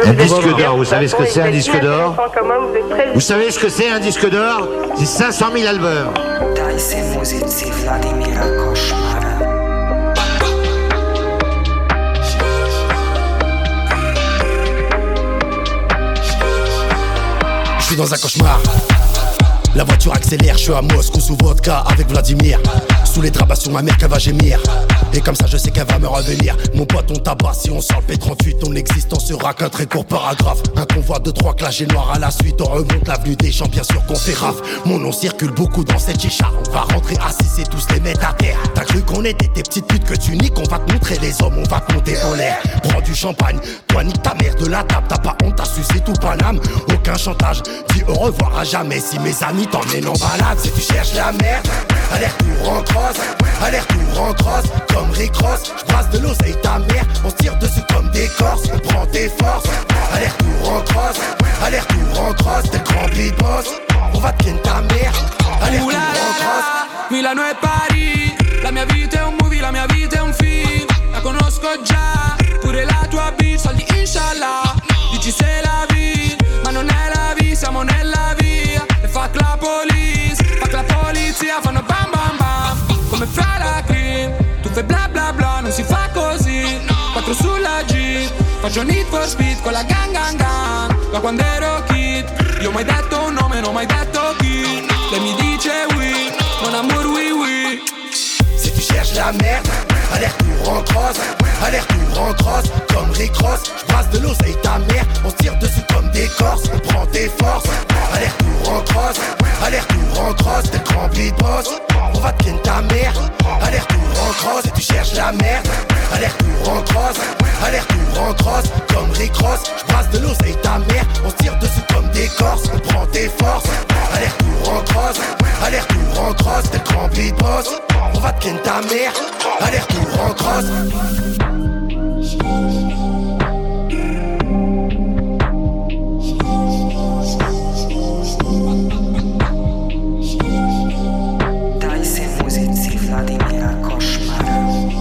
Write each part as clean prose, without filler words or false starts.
Un disque d'or, vous savez ce que c'est un disque d'or? Vous savez ce que c'est un disque d'or? C'est 500 000 albums. Daj si muzici Vladimira Košmara. Je suis dans un cauchemar. La voiture accélère, je suis à Moscou sous vodka avec Vladimir. Sous les draps sur ma mère qu'elle va gémir. Et comme ça je sais qu'elle va me revenir. Mon pote on tabac si on sort le P38. Ton existence sera qu'un très court paragraphe. Un convoi de 3 clashés noirs à la suite. On remonte l'avenue des champs, bien sûr qu'on fait raf. Mon nom circule beaucoup dans cette chicha. On va rentrer assis et tous les mettre à terre. T'as cru qu'on était des petites putes que tu niques. On va te montrer les hommes, on va te monter en l'air. Prends du champagne, toi nique ta mère de la table. T'as pas honte, t'as sucé tout Paname. Aucun chantage, dis au revoir à jamais. Si mes amis t'emmènent en balade, si tu cherches la merde, aller-retour en crosse, aller-retour en crosse, comme Rick Ross, j'brasse de l'oseille ta mère, on se tire dessus comme des corses, on prend tes forces, aller-retour en crosse, aller-retour en crosse, t'es le grand beat boss, on va te ken ta mère, aller-retour en crosse. Milano e Parigi, la mia vita è un movie, la mia vita è un film, la conosco già, pure la tua bitch, soldi inshallah, dici se la vi, ma non è la vi, siamo nella via, e fuck la police, fuck la polizia, fanno bam bam bam, come fra la cream, tu fai bla bla bla, non si fa così, 4 sulla Jeep, faccio Need for Speed con la gang gang gang, da quando ero kid, io ho mai detto un nome, non ho mai detto chi, lei mi dice oui, mon amour oui oui. Si tu cherches la merde, aller-retour en crosse, aller-retour en crosse, comme Rick Ross, j'brasse de l'oseille ta mère, on se tire dessus comme des corses, on prend tes forces, aller-retour en crosse, aller-retour en crosse, t'es le grand beat boss, on va te ken ta mère, aller-retour en crosse, si tu cherches la merde, aller-retour en crosse, aller-retour en crosse, comme Rick Ross, j'brasse de l'oseille ta mère, on se tire dessus comme des corses, on prend tes forces, aller-retour en crosse, aller-retour en crosse, t'es le grand beat boss, on va te ken ta mère, aller-retour en crosse. Daj si muzici Vladimira Košmara.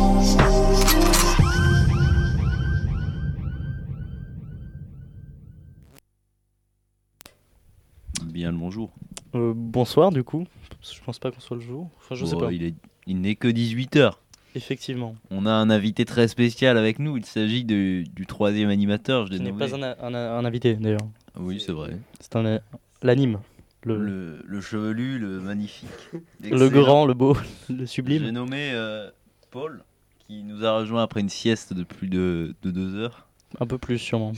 Bien le bonjour. Bonsoir du coup, je pense pas qu'on soit le jour, enfin je sais pas. Il n'est que 18h. Effectivement. On a un invité très spécial avec nous, il s'agit du troisième animateur. Qui n'est pas un invité d'ailleurs. Oui c'est vrai. C'est l'anime. Le chevelu, le magnifique. Le grand, le beau, le sublime. J'ai nommé Paul, qui nous a rejoint après une sieste de plus de 2 heures. Un peu plus sûrement.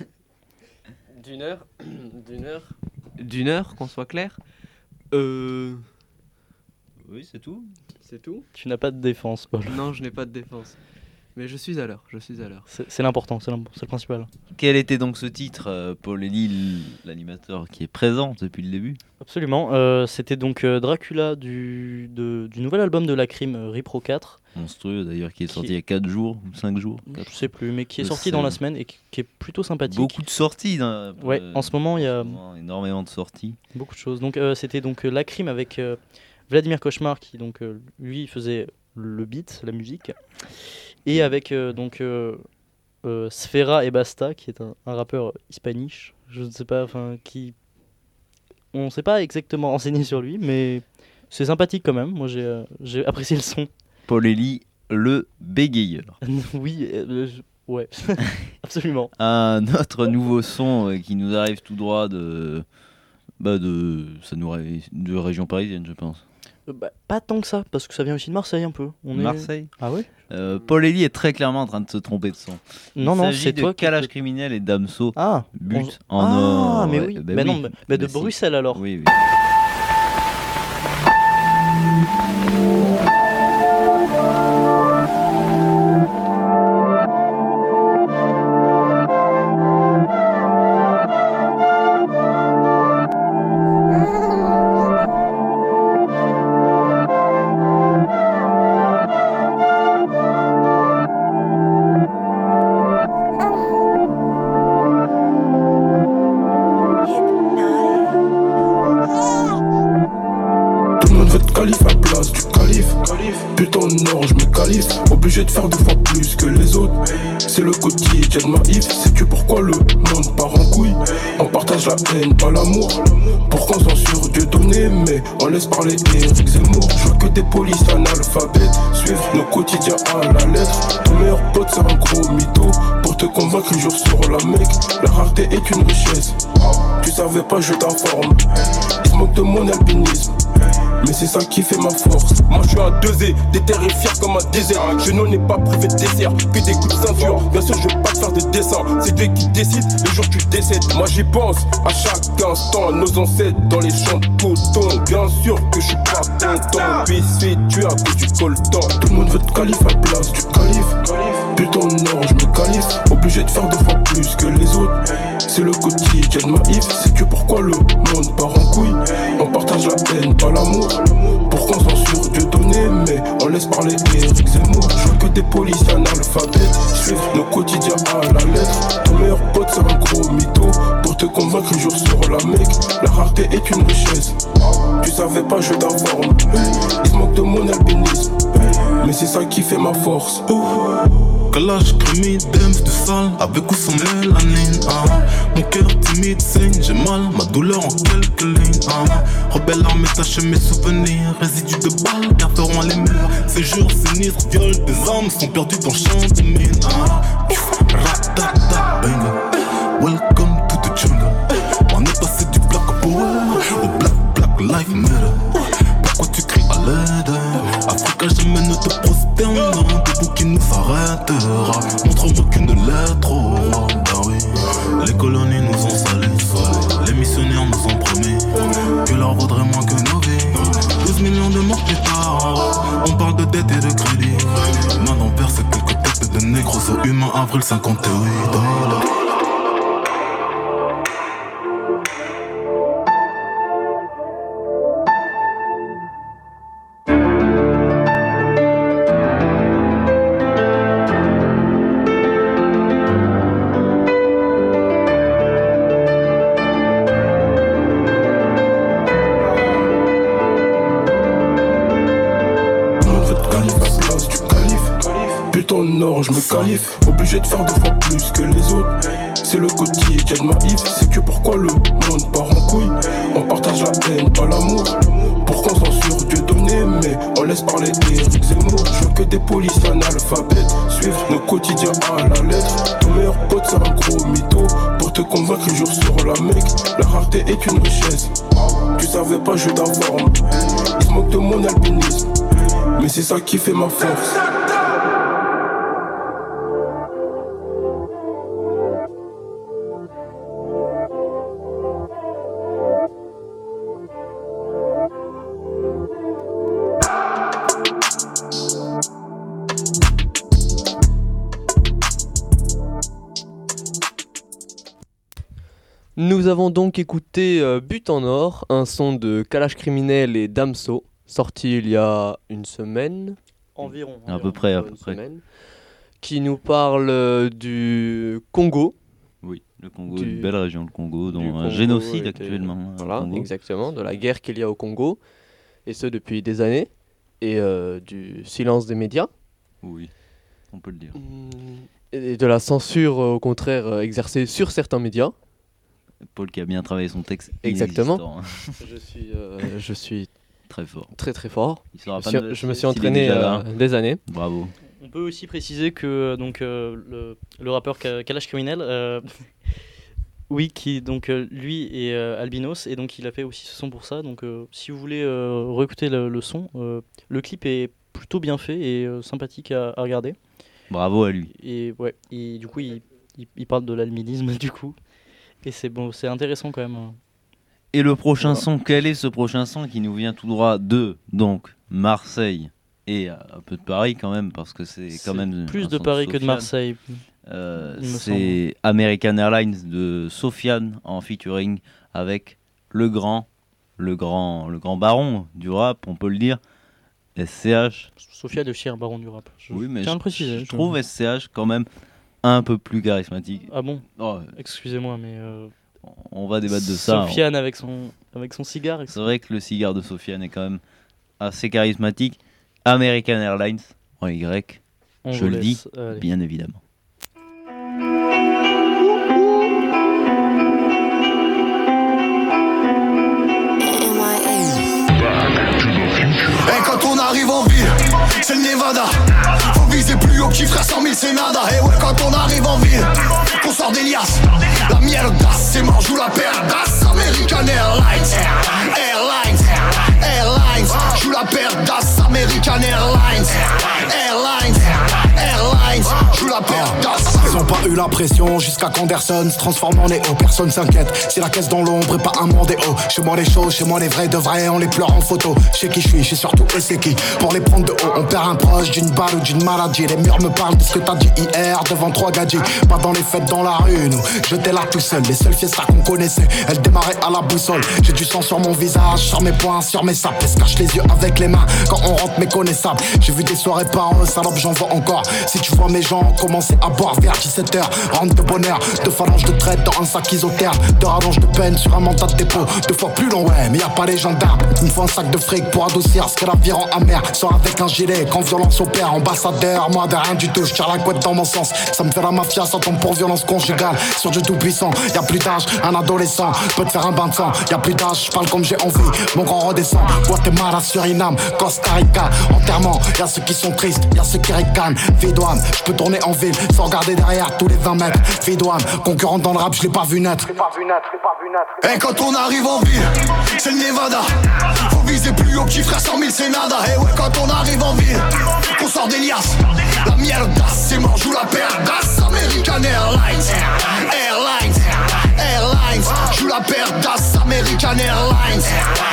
D'une heure, qu'on soit clair. Oui, c'est tout. C'est tout. Tu n'as pas de défense, Paul. Non, je n'ai pas de défense. Mais je suis à l'heure. C'est l'important, c'est le principal. Quel était donc ce titre, Paul Elie, l'animateur qui est présent depuis le début? Absolument, c'était donc Dracula du nouvel album de Lacrim, Repro 4. Monstrueux d'ailleurs, qui est sorti il y a 4 jours ou 5 jours. Je sais plus, mais qui est sorti dans la semaine et qui est plutôt sympathique. Beaucoup de sorties. Ouais, en ce moment il y a énormément de sorties. Beaucoup de choses. Donc c'était donc Lacrim avec Vladimir Košmar qui donc lui faisait le beat, la musique, et avec Sfera et Basta qui est un rappeur hispanique. Je ne sais pas, on ne s'est pas exactement renseigné sur lui, mais c'est sympathique quand même. Moi j'ai apprécié le son. Paul Elie, le bégayeur. Oui, ouais, absolument. Un autre nouveau son qui nous arrive tout droit de région parisienne, je pense. Pas tant que ça, parce que ça vient aussi de Marseille un peu. Marseille. Ah ouais. Paul Elie est très clairement en train de se tromper de son. Non, c'est toi. Calage criminel et Damso. Ah. But mais ouais, oui. Bah mais oui. non, mais de Bruxelles alors. Oui. Calife à place du calife. calife, obligé de faire 2 fois plus que les autres. C'est le quotidien de ma if. Sais-tu pourquoi le monde part en couille? On partage la haine, pas l'amour. Pourquoi on censure Dieu donné, mais on laisse parler Éric Zemmour. Je vois que des polices analphabètes suivent nos quotidiens à la lettre. Ton meilleur pote c'est un gros mytho pour te convaincre un jour sur la mec. La rareté est une richesse. Tu savais pas, je t'informe. Ils se moquent de mon alpinisme, mais c'est ça qui fait ma force. Moi je suis un 2E, déterré fier comme un désert. Je n'en ai pas privé de dessert, que des coups de ceinture. Bien sûr je vais pas te faire des dessins, c'est Dieu qui décide le jour que tu décèdes. Moi j'y pense à chaque instant, nos ancêtres dans les champs de coton. Bien sûr que je suis pas content, puis c'est tu à cause du coltan. Tout le monde veut te calife à la place du calife. Putain non, je me calife, obligé de faire 2 fois plus que les autres. C'est le quotidien de ma if. Sais-tu pourquoi le monde part en couille? On partage la haine, pas l'amour. Pourquoi on censure Dieu donné, mais on laisse parler Éric Zemmour. Je veux que des policiers analphabètes suivent nos quotidiens à la lettre. Ton meilleur pote c'est un gros mytho pour te convaincre un jour sur la mec. La rareté est une richesse. Tu savais pas, je t'informe. Ils se moquent de mon alpinisme, mais c'est ça qui fait ma force. Calage, crimi, dems de sale, avec ou sans mélanine. Mon cœur timide saigne, j'ai mal, ma douleur en quelques lignes. Rebelle armée taché mes souvenirs, résidus de balles garderont les murs. Ces jours sinistres, viol des âmes sont perdus dans le champ de mine. Ratata, bang, welcome to the jungle. On est passé du black power au black life matter. Pourquoi tu cries à l'aide? Africa jamais ne te prosterne, debout qui nous arrêtera. Montre-moi qu'une lettre au roi. Bah oui, les colonies nous ont salés, les missionnaires nous ont promis que l'or vaudrait moins que nos vies. 12 millions de morts plus tard, on parle de dette et de crédit. Main d'en perd, c'est quelques têtes de négros humains. Avril 58. Je me qualifie, obligé de faire 2 fois plus que les autres. C'est le quotidien de ma if. Sais-tu pourquoi le monde part en couille? On partage la haine, pas l'amour. Pourquoi on censure Dieu donné, mais on laisse parler Éric Zemmour. Je veux que des policiers analphabètes suivent nos quotidiens à la lettre. Ton meilleur pote c'est un gros mytho pour te convaincre un jour sur la mec. La rareté est une richesse. Tu savais pas, je t'informe. Ils se moquent de mon alpinisme, mais c'est ça qui fait ma force. Nous avons donc écouté But en or, un son de Kalash Criminel et Damso, sorti il y a une semaine. Environ. À peu près. Semaine, qui nous parle du Congo. Oui, le Congo, une belle région, le Congo, dont un génocide actuellement. Voilà, exactement, de la guerre qu'il y a au Congo, et ce depuis des années, et du silence des médias. Oui, on peut le dire. Et de la censure, au contraire, exercée sur certains médias. Paul qui a bien travaillé son texte. Exactement. Je suis très fort. Très très fort. Je me suis entraîné des années. Bravo. On peut aussi préciser que donc le rappeur Kalash Criminel, oui, qui donc lui est albinos et donc il a fait aussi ce son pour ça. Donc si vous voulez réécouter le son, le clip est plutôt bien fait et sympathique à regarder. Bravo à lui. Et ouais, et du coup il parle de l'albinisme du coup. Et c'est bon, c'est intéressant quand même. Et le prochain son, quel est ce prochain son qui nous vient tout droit de donc Marseille et un peu de Paris quand même, parce que c'est quand même plus de Paris que de Marseille. C'est American Airlines de Sofiane en featuring avec le grand baron du rap, on peut le dire, SCH. Sofiane est aussi un baron du rap. Oui, mais je trouve SCH quand même un peu plus charismatique. Ah bon? Excusez-moi, mais on va débattre de ça. Sofiane avec son cigare. C'est vrai que le cigare de Sofiane est quand même assez charismatique. American Airlines, en Y. On Je vous le dis, laisse, allez. bien évidemment. Et quand on arrive en ville, c'est le Nevada. Faut viser plus haut, petit frère, 100 000 c'est nada. Et ouais, quand on arrive en ville, qu'on sort des liasses. La mierda, c'est mort, joue la paire d'as. American Airlines, joue la paire d'as. American Airlines, joue la paire d'as. Ils ont pas eu la pression jusqu'à qu'Anderson se transforme en Néo. Personne s'inquiète, c'est la caisse dans l'ombre et pas un monde haut. Chez moi les choses, chez moi les vrais de vrais, on les pleure en photo. Chez qui je suis, chez surtout et c'est qui. Pour les prendre de haut, on perd un proche d'une balle ou d'une maladie. Les murs me parlent de ce que t'as dit hier devant 3 gadgets. Pas dans les fêtes dans la rue, nous. J'étais là tout seul, les seules fiestas qu'on connaissait. Elles démarraient à la boussole. J'ai du sang sur mon visage, sur mes poings, sur mes sapes. Et se cache les yeux avec les mains quand on rentre méconnaissable. J'ai vu des soirées par eux, salope, j'en vois encore. Si tu vois mes gens commencer à boire vers 17h, rentre de bonheur, 2 phalanges de traite dans un sac isotherme, 2 rallonges de peine sur un mandat de dépôt, 2 fois plus long, ouais, mais y'a pas les gendarmes. Il me faut un sac de fric pour adoucir ce que la vie rend amer. Sors avec un gilet, quand violence opère, ambassadeur, moi de rien du tout, je tire la couette dans mon sens. Ça me fait la mafia, ça tombe pour violence conjugale. Sur du tout puissant, y'a plus d'âge, un adolescent peut te faire un bain de sang. Y'a plus d'âge, je parle comme j'ai envie, mon grand redescend. Guatemala, Suriname, Costa Rica, enterrement, y'a ceux qui sont tristes, y'a ceux qui ricanent. Vidouane, je peux tourner en ville sans regarder derrière tous les 20 mètres. Vidouane, concurrent dans le rap, je l'ai pas vu naître. Et quand on arrive en ville, c'est le Nevada. Faut viser plus haut, petit frère, 100 000 c'est nada. Et ouais, quand on arrive en ville, qu'on sort des liasses. La mierda, c'est mort, joue la paire d'as. American Airlines, joue la paire d'as. American Airlines,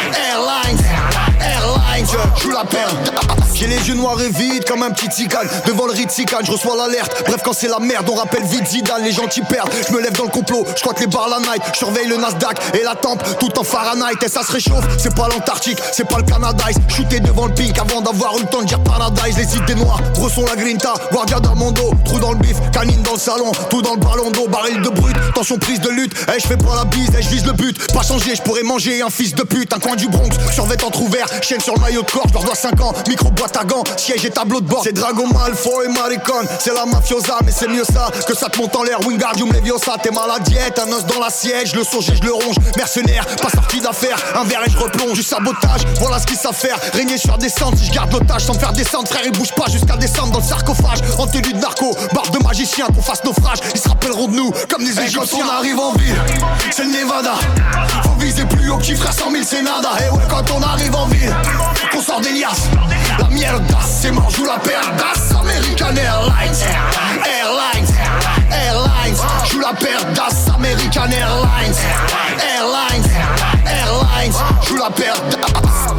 joue la paire d'as. J'ai les yeux noirs et vides comme un petit tigane. Devant le Ritzikan, je reçois l'alerte. Bref, quand c'est la merde, on rappelle vite Zidane. Les gentils perdent, je me lève dans le complot. Je crois que les bars la night, je surveille le Nasdaq et la tempe, tout en Fahrenheit. Et ça se réchauffe, c'est pas l'Antarctique, c'est pas le Canada. Shooter devant le pink avant d'avoir eu le temps de dire Paradise. Les idées noires, bressons la grinta, Guardia d'Armando. Trou dans le bif, canine dans le salon, tout dans le ballon d'eau, baril de brut, tension prise de lutte. Eh, je fais pas la bise, je vise le but. Pas changer, je pourrais manger un fils de pute. Un coin du Bronx, survêt entrouvert, chaîne sur le maillot de corps, je leur dois 5 ans. Micro boîte à gants, siège et tableau de bord. C'est Drago Malfoy, Maricon, c'est la mafiosa, mais c'est mieux ça que ça te monte en l'air. Wingardium Leviosa, t'es mal à diète, un os dans l'assiette, je le songe et je le ronge. Mercenaire, pas sorti d'affaire, un verre et je replonge. Du sabotage, voilà ce qu'ils savent faire. Régner sur des centres, si je garde l'otage sans me faire descendre. Frère, il bouge pas jusqu'à descendre dans le sarcophage. En tenue de narco, barbe de magicien, qu'on fasse naufrage. Ils se rappelleront de nous comme des Égyptiens. Quand on arrive en ville, c'est le Nevada. Faut viser plus haut, petit frère, 100 000 c'est nada. Et ouais, quand on arrive en ville, qu'on sort des liasses. La mierda, c'est mort, joue la paire d'as. American Airlines, joue la paire d'as. American Airlines, joue la paire d'as.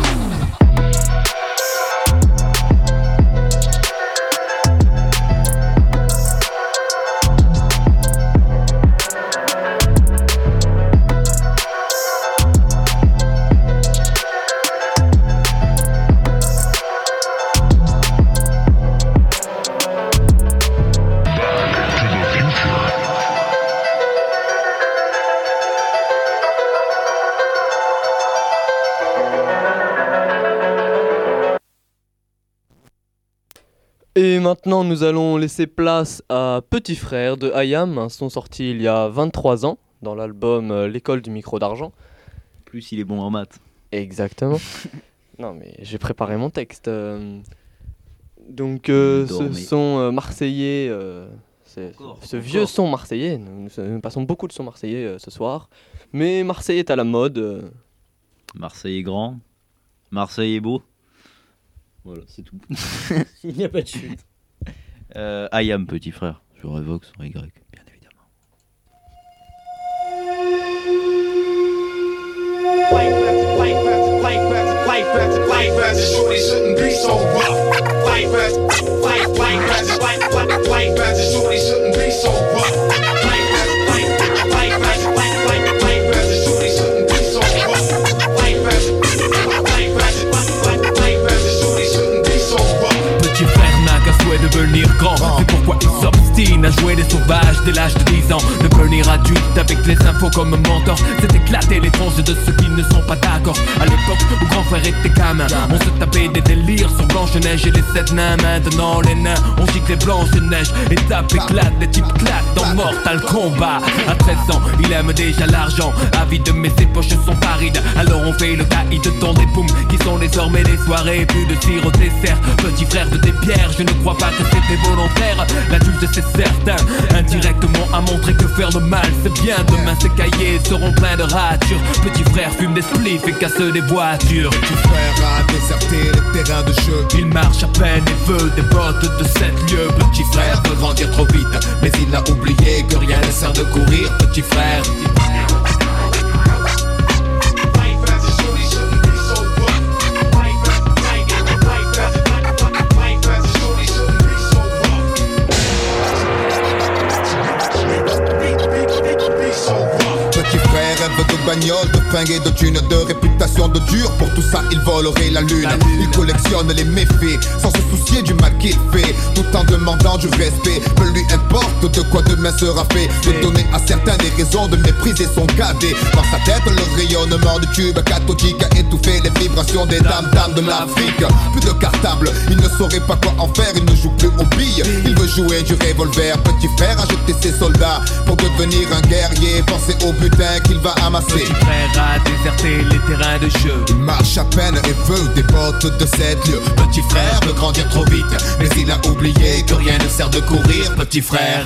Et maintenant, nous allons laisser place à Petit Frère de IAM, un son sorti il y a 23 ans dans l'album L'école du micro d'argent. Plus il est bon en maths. Exactement. Non mais j'ai préparé mon texte. Donc ce son marseillais, ce vieux son marseillais, nous passons beaucoup de sons marseillais ce soir. Mais Marseille est à la mode. Marseille est grand, Marseille est beau. Voilà, c'est tout. Il n'y a pas de chute. IAM, Petit Frère, sur Evox, sur Y, bien évidemment. Devenir grand, c'est pourquoi il s'obstine à jouer les sauvages dès l'âge de 10 ans. Ne peut devenir adulte avec les infos comme mentor. C'est éclater les tronches de ceux qui ne sont pas d'accord. À l'époque où grand frère était gamin, on se tapait des délires sur Blanche-Neige et les 7 nains. Maintenant les nains, on gicle les Blanche-Neige. Étape éclate, les types claquent dans Mortal Kombat. À 13 ans, il aime déjà l'argent, avide mais ses poches sont parides. Alors on fait le caïd dans des poumes qui sont désormais des soirées. Plus de tir au dessert, petit frère de tes pierres. Je ne crois pas que c'était volontaire, l'adulte c'est certain. Indirectement a montré que faire le mal c'est bien. Demain ces cahiers seront pleins de ratures. Petit frère fume des spliffs et casse des voitures. Petit frère a déserté les terrains de jeu. Il marche à peine et veut des bottes de 7 lieues. Petit frère veut grandir trop vite, mais il a oublié que rien ne sert de courir. Petit frère. De bagnole, de fringues et de thunes, de réputation de dur. Pour tout ça il volerait la lune. Il collectionne les méfaits sans se soucier du mal qu'il fait, tout en demandant du respect. Peu lui importe de quoi demain sera fait. De donner à certains des raisons de mépriser son cadet. Dans sa tête le rayonnement du tube cathodique a étouffé les vibrations des dames de l'Afrique. Plus de cartable, il ne saurait pas quoi en faire. Il ne joue plus aux billes, il veut jouer du revolver. Petit frère a jeté ses soldats pour devenir un guerrier. Pensez au butin qu'il va amasser. Petit frère a déserté les terrains de jeu. Il marche à peine et veut des bottes de 7 lieues. Petit frère veut grandir trop vite, mais il a oublié que rien ne sert de courir. Petit frère.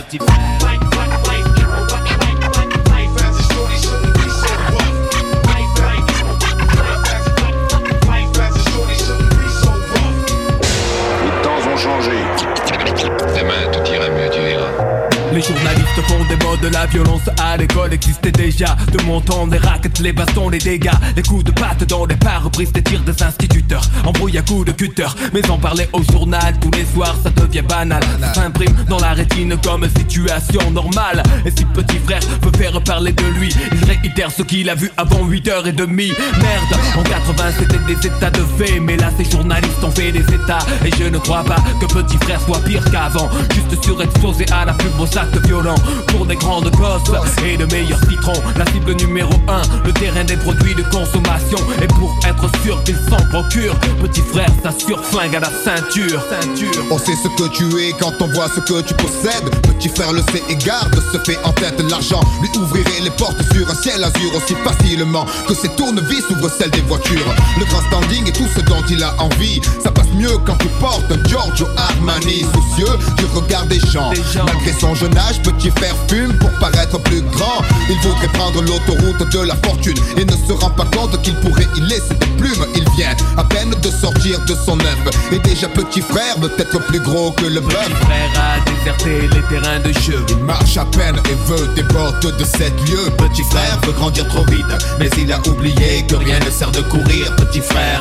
Les temps ont changé. Demain tout ira mieux, tu verras. Les journalistes font des modes, la violence à l'école existait déjà. De mon temps, les raquettes, les bastons, les dégâts, les coups de patte dans les pare-brises, des tirs des instituteurs, embrouille à coups de cutter. Mais en parler au journal tous les soirs, ça devient banal. Ça s'imprime dans la rétine comme situation normale. Et si petit frère veut faire parler de lui, il réitère ce qu'il a vu avant 8h30. Merde, en 80 c'était des états de fait, mais là ces journalistes ont fait des états. Et je ne crois pas que petit frère soit pire qu'avant, juste surexposé à la pub aux actes violents pour des grandes causes et de meilleurs citrons. La cible numéro 1, le terrain des produits de consommation. Et pour être sûr qu'il s'en procure, petit frère s'assure flingue à la ceinture. On sait ce que tu es quand on voit ce que tu possèdes. Petit frère le sait et garde, se fait en tête l'argent. Lui ouvrirait les portes sur un ciel azur aussi facilement que ses tournevis ouvrent celles des voitures. Le grand standing et tout ce dont il a envie, ça passe mieux quand tu portes un Giorgio Armani. Soucieux du regard des gens, malgré son jeune âge, petit frère fume pour paraître plus grand. Il voudrait prendre l'autoroute de la fortune et ne se rend pas compte qu'il pourrait y laisser des plumes. Il vient à peine de sortir de son œuf et déjà petit frère veut être plus gros que le bœuf. Petit frère a déserté les terrains de jeu. Il marche à peine et veut des bottes de 7 lieues. Petit frère veut grandir trop vite, mais il a oublié que rien ne sert de courir. Petit frère.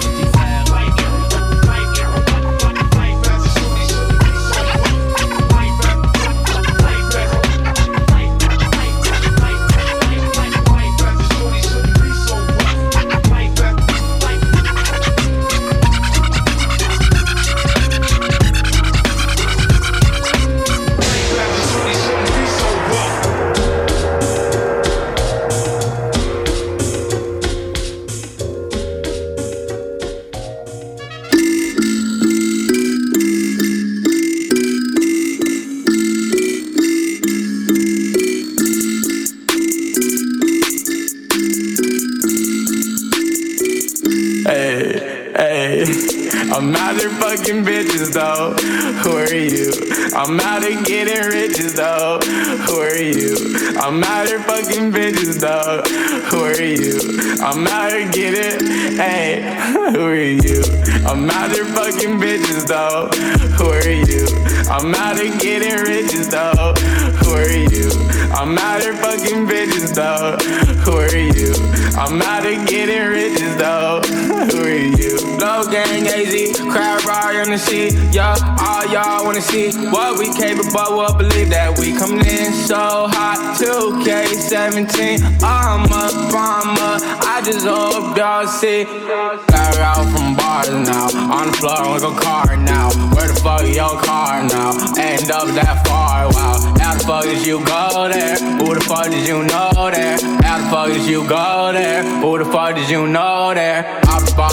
I'm out here fucking bitches though, who are you? I'm out here getting riches though, who are you? I'm out here fucking bitches though, who are you? I'm out here getting, hey, who are you? I'm out here fucking bitches though, who are you? I'm out here getting riches though, who are you? I'm out here fucking bitches though, who are you? I'm out here getting riches though, who are you? Low gang AZ, crowd raw on the sheet, yeah, all y'all wanna see what we capable of, believe that we coming in so hot, 2K17, I'm a bomber, I just hope y'all see. Got out from bars now, on the floor like a car now. Where the fuck is your car now? End up that far, wow. How the fuck did you go there? Who the fuck did you know there? How the fuck did you go there? Who the fuck did you know there? Off the bar,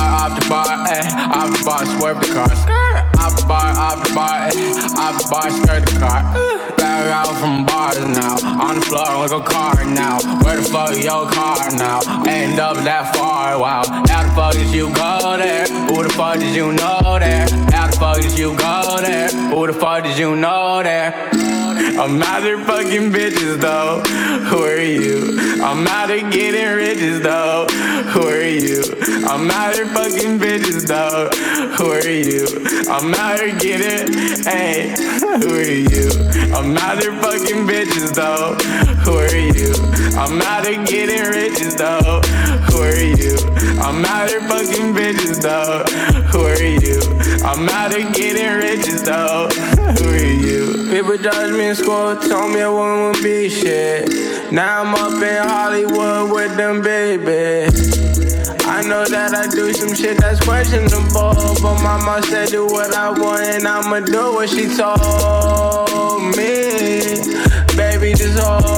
eh. Off the bar, swerve the car. Off the bar, eh. Off the bar, skirt the car. Back out from bars now, on the floor like a car now. Where the fuck is your car now? End up that far, wow. How the fuck did you go there? Who the fuck did you know there? How the fuck did you go there? Who the fuck did you know there? I'm out there fucking bitches though. Who are you? I'm out there getting riches though. Who are you? I'm out there fucking bitches though. Who are you? I'm out there getting, hey. Who are you? I'm out there fucking bitches though. Who are you? I'm out there getting riches though. Who are you? I'm out there fucking bitches though. Who are you? I'm out there getting riches though. Who are you? People judge me in school, told me I wouldn't be shit. Now I'm up in Hollywood with them babies. I know that I do some shit that's questionable, but mama said do what I want and I'ma do what she told me. Baby, just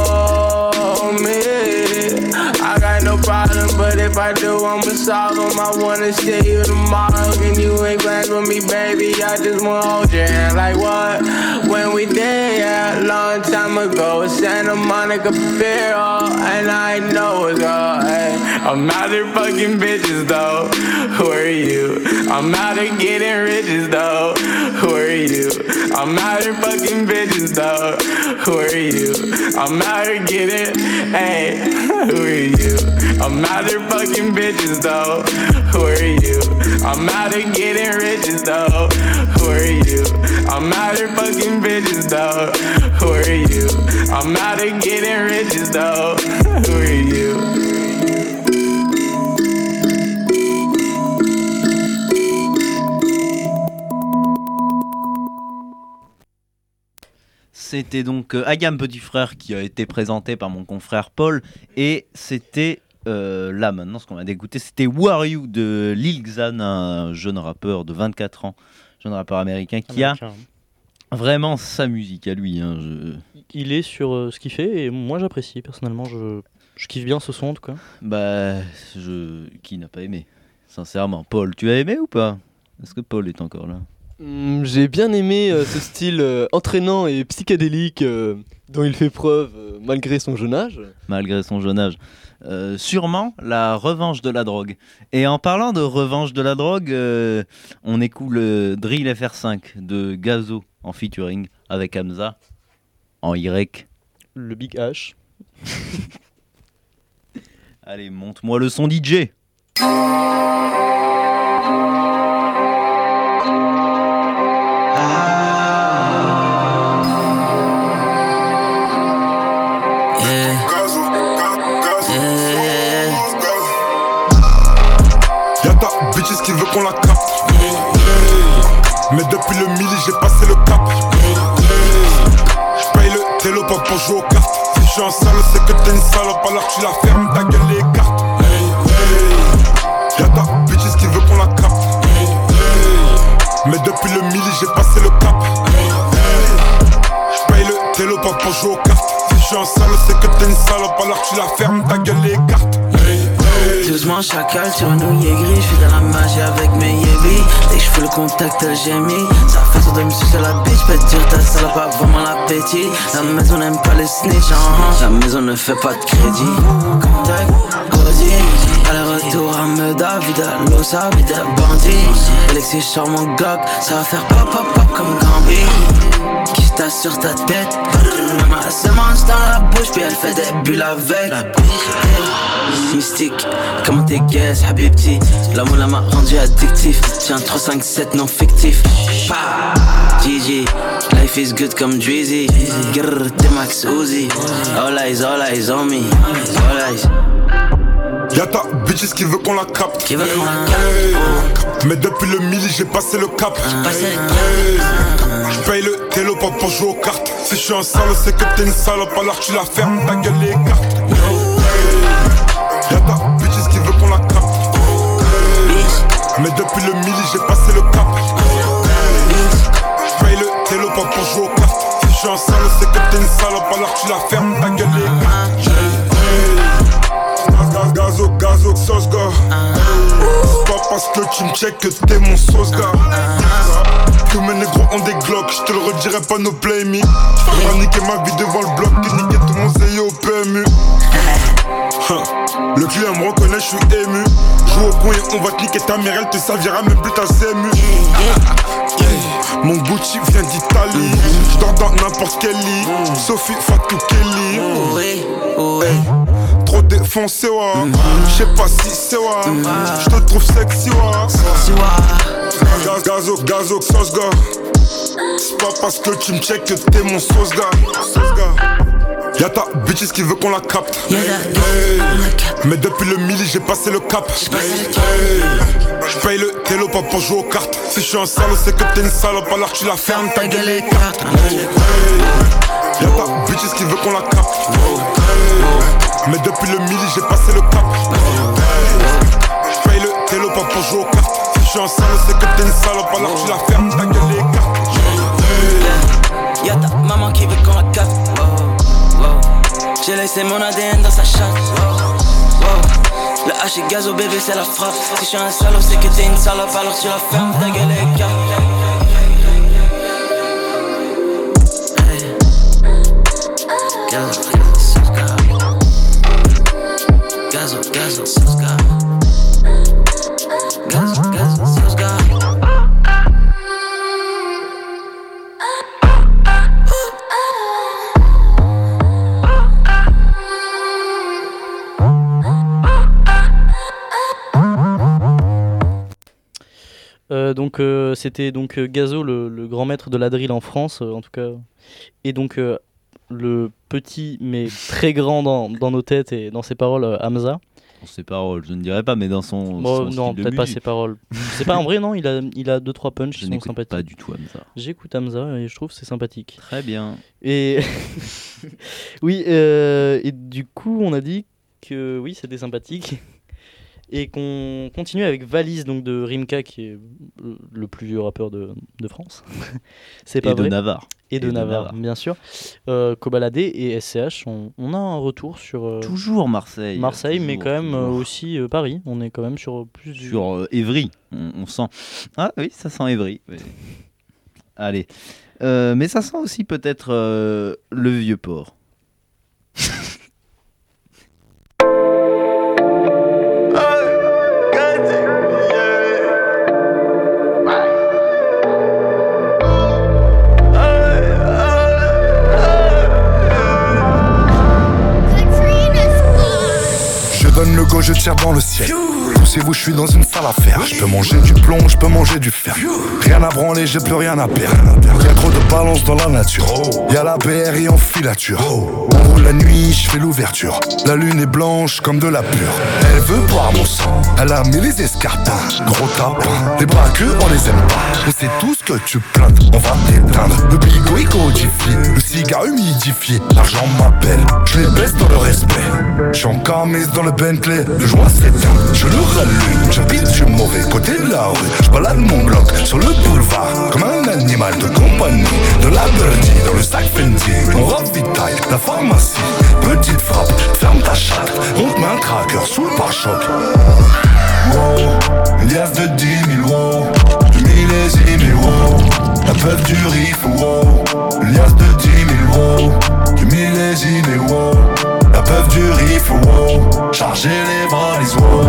hold me. I got no problem, but if I do, I'ma solve them. I wanna see you tomorrow, and you ain't glad with me, baby. I just wanna hold your hand like what? When we did, yeah, long time ago, Santa Monica Pier, and I know it's all, hey. I'm out there fucking bitches though. Who are you? I'm out there getting riches though. Who are you? I'm out there fucking bitches though. Who are you? I'm out there getting, hey. Who are you? I'm out there fucking bitches though. Who are you? I'm out there getting riches though. Who are you? I'm out there fucking bitches though. Who are you? I'm out there getting riches though. Who are you? C'était donc Agam Petit Frère qui a été présenté par mon confrère Paul, et c'était là maintenant ce qu'on va d'écouter, c'était Who Are You de Lil Xan, un jeune rappeur de 24 ans, jeune rappeur américain qui a vraiment sa musique à lui. Il est sur ce qu'il fait et moi j'apprécie personnellement, je kiffe bien ce son en tout cas. Bah, qui n'a pas aimé, sincèrement. Paul, tu as aimé ou pas? Est-ce que Paul est encore là? J'ai bien aimé ce style entraînant et psychédélique dont il fait preuve malgré son jeune âge. Malgré son jeune âge. Sûrement la revanche de la drogue. Et en parlant de revanche de la drogue, on écoute le Drill FR5 de Gazo en featuring avec Hamza en Y. Le Big H. Allez, monte-moi le son DJ. Bitches qui veut qu'on la capte. Mais depuis le milli j'ai passé le cap. J'paye le télo pas pour jouer aux cartes. Si j'suis en salle c'est que t'es une salope, alors tu la fermes, ta gueule les cartes. Y'a ta bitches qui veut qu'on la capte. Mais depuis le milli j'ai passé le cap. J'paye le télo pas pour jouer aux cartes. Si j'suis en salle c'est que t'es une salope, alors tu la fermes, ta gueule les cartes. Doucement chacal sur nous gris, j'fais de la magie avec mes yébis. Dès que j'fais le contact j'ai mis sa façon de me sucer la bitch. Peut dire ta salope a vraiment l'appétit. La maison n'aime pas les snitch, la maison ne fait pas de crédit. Contact, Cody, aller-retour à Meda, vida Losa, vida bandit. Alexis charmant gog, ça va faire pop pop pop comme Gambi. Qui tasse sur ta tête, maman se mange dans la bouche, puis elle fait des bulles avec la bitch. Mystique, comment t'es guess, habibti. L'amour m'a rendu addictif. J'ai un 357 non fictif. GG, life is good comme Drizzy. Grrr, t'es Max Uzi. All eyes on me. All eyes. Y'a ta bitches qui veut qu'on la capte. Qui veut qu'on la capte. Mais depuis le milli j'ai passé le cap. J'paye le télo pas pour jouer aux cartes. Si j'suis en salle c'est que t'es une salope, alors tu la fermes, ta gueule les cartes. Y'a ta bitches qui veut alors tu la fermes, ta gueule est Gazo, sauce gars. C'est pas parce que tu me check que t'es mon sauce gars. Que mes négros ont des glocks, je te le redirai pas no play me. J'fais niquer ma vie devant le bloc, que niquer tout mon zéyo au PMU. Le client me reconnaît, je suis ému. Joue au coin et on va te niquer ta mère, elle te servira même plus ta CMU. Mon Gucci vient d'Italie. J'dors dans n'importe quel lit. Sophie, Fatou, Kelly. Trop défoncé, ouais. J'sais pas si c'est ouais. J'te trouve sexy, ouais. Gazo, sauce gars. C'est pas parce que tu me check que t'es mon sauce gars. Y'a ta bitches qui veut qu'on la capte. Mais depuis le mili j'ai passé le cap. J'paye le télo pas pour jouer aux cartes. Si j'suis un salaud c'est que t'es une salope, alors tu la fermes, ta gueule est carte. Y'a ta bitches qui veut qu'on la capte. Mais depuis le mili j'ai passé le cap. J'paye le télo pas pour jouer aux cartes. Si j'suis un salaud c'est que t'es une salope, alors tu la fermes, ta gueule est carte. Y'a ta maman qui veut qu'on la capte. J'ai laissé mon ADN dans sa chatte. Le H et Gazo bébé c'est la frappe. Si je suis un salaud c'est que t'es une salope, alors tu la fermes, ta gueule est carte. Gazo, Gazo, sauce gars. Gazo, sauce gars. Donc c'était donc Gazo, le grand maître de la drill en France, en tout cas, et donc le petit mais très grand dans nos têtes et dans ses paroles, Hamza. Dans ses paroles, je ne dirais pas, mais dans son non, style peut-être de pas musique. ses paroles. C'est pas en vrai, non, il a 2-3 punchs qui sont sympathiques. Pas du tout Hamza. J'écoute Hamza et je trouve que c'est sympathique. Très bien. Et oui, et du coup on a dit que oui c'était sympathique. Et qu'on continue avec Valise donc de Rimka qui est le plus vieux rappeur de France. C'est pas vrai. De Navarre. Et de Navarre, bien sûr. Kobalade et SCH, on a un retour sur... toujours Marseille. Marseille, toujours, mais quand même aussi Paris. On est quand même sur plus... Sur Évry, on sent... Ah oui, ça sent Évry. Oui. Allez. Mais ça sent aussi peut-être le Vieux-Port. Le go, je tire dans le ciel. Poussez-vous, je suis dans une salle à faire. Je peux manger du plomb, je peux manger du fer. Rien à branler, j'ai plus rien à perdre. Y'a trop de balance dans la nature. Y'a la BRI en filature. On roule la nuit, je fais l'ouverture. La lune est blanche comme de la pure. Elle veut boire mon sang. Elle a mis les escarpins. Gros tapin. Les braqueux, on les aime pas. On sait tous que tu plaintes. On va t'éteindre. Le bigot est codifié. Le cigare humidifié. L'argent m'appelle. Je les baisse dans le respect. Je suis en camise dans le Bentley. Le joint s'éteint. Je le rallume. J'habite du mauvais côté de la rue. Je balade mon bloc sur le boulevard. Comme un animal de compagnie. De la birdie dans le sac Fendi. On ravitaille la pharmacie. Petite frappe, ferme ta chatte. On te met un tracker sous le pare-choc. Wow, liasse de 10 000 wow. Du millésime wow. La peuf du riff wow. Liasse de 10 000 wow. Du millésime wow. La peuf du riff wow. Chargez les valises wow.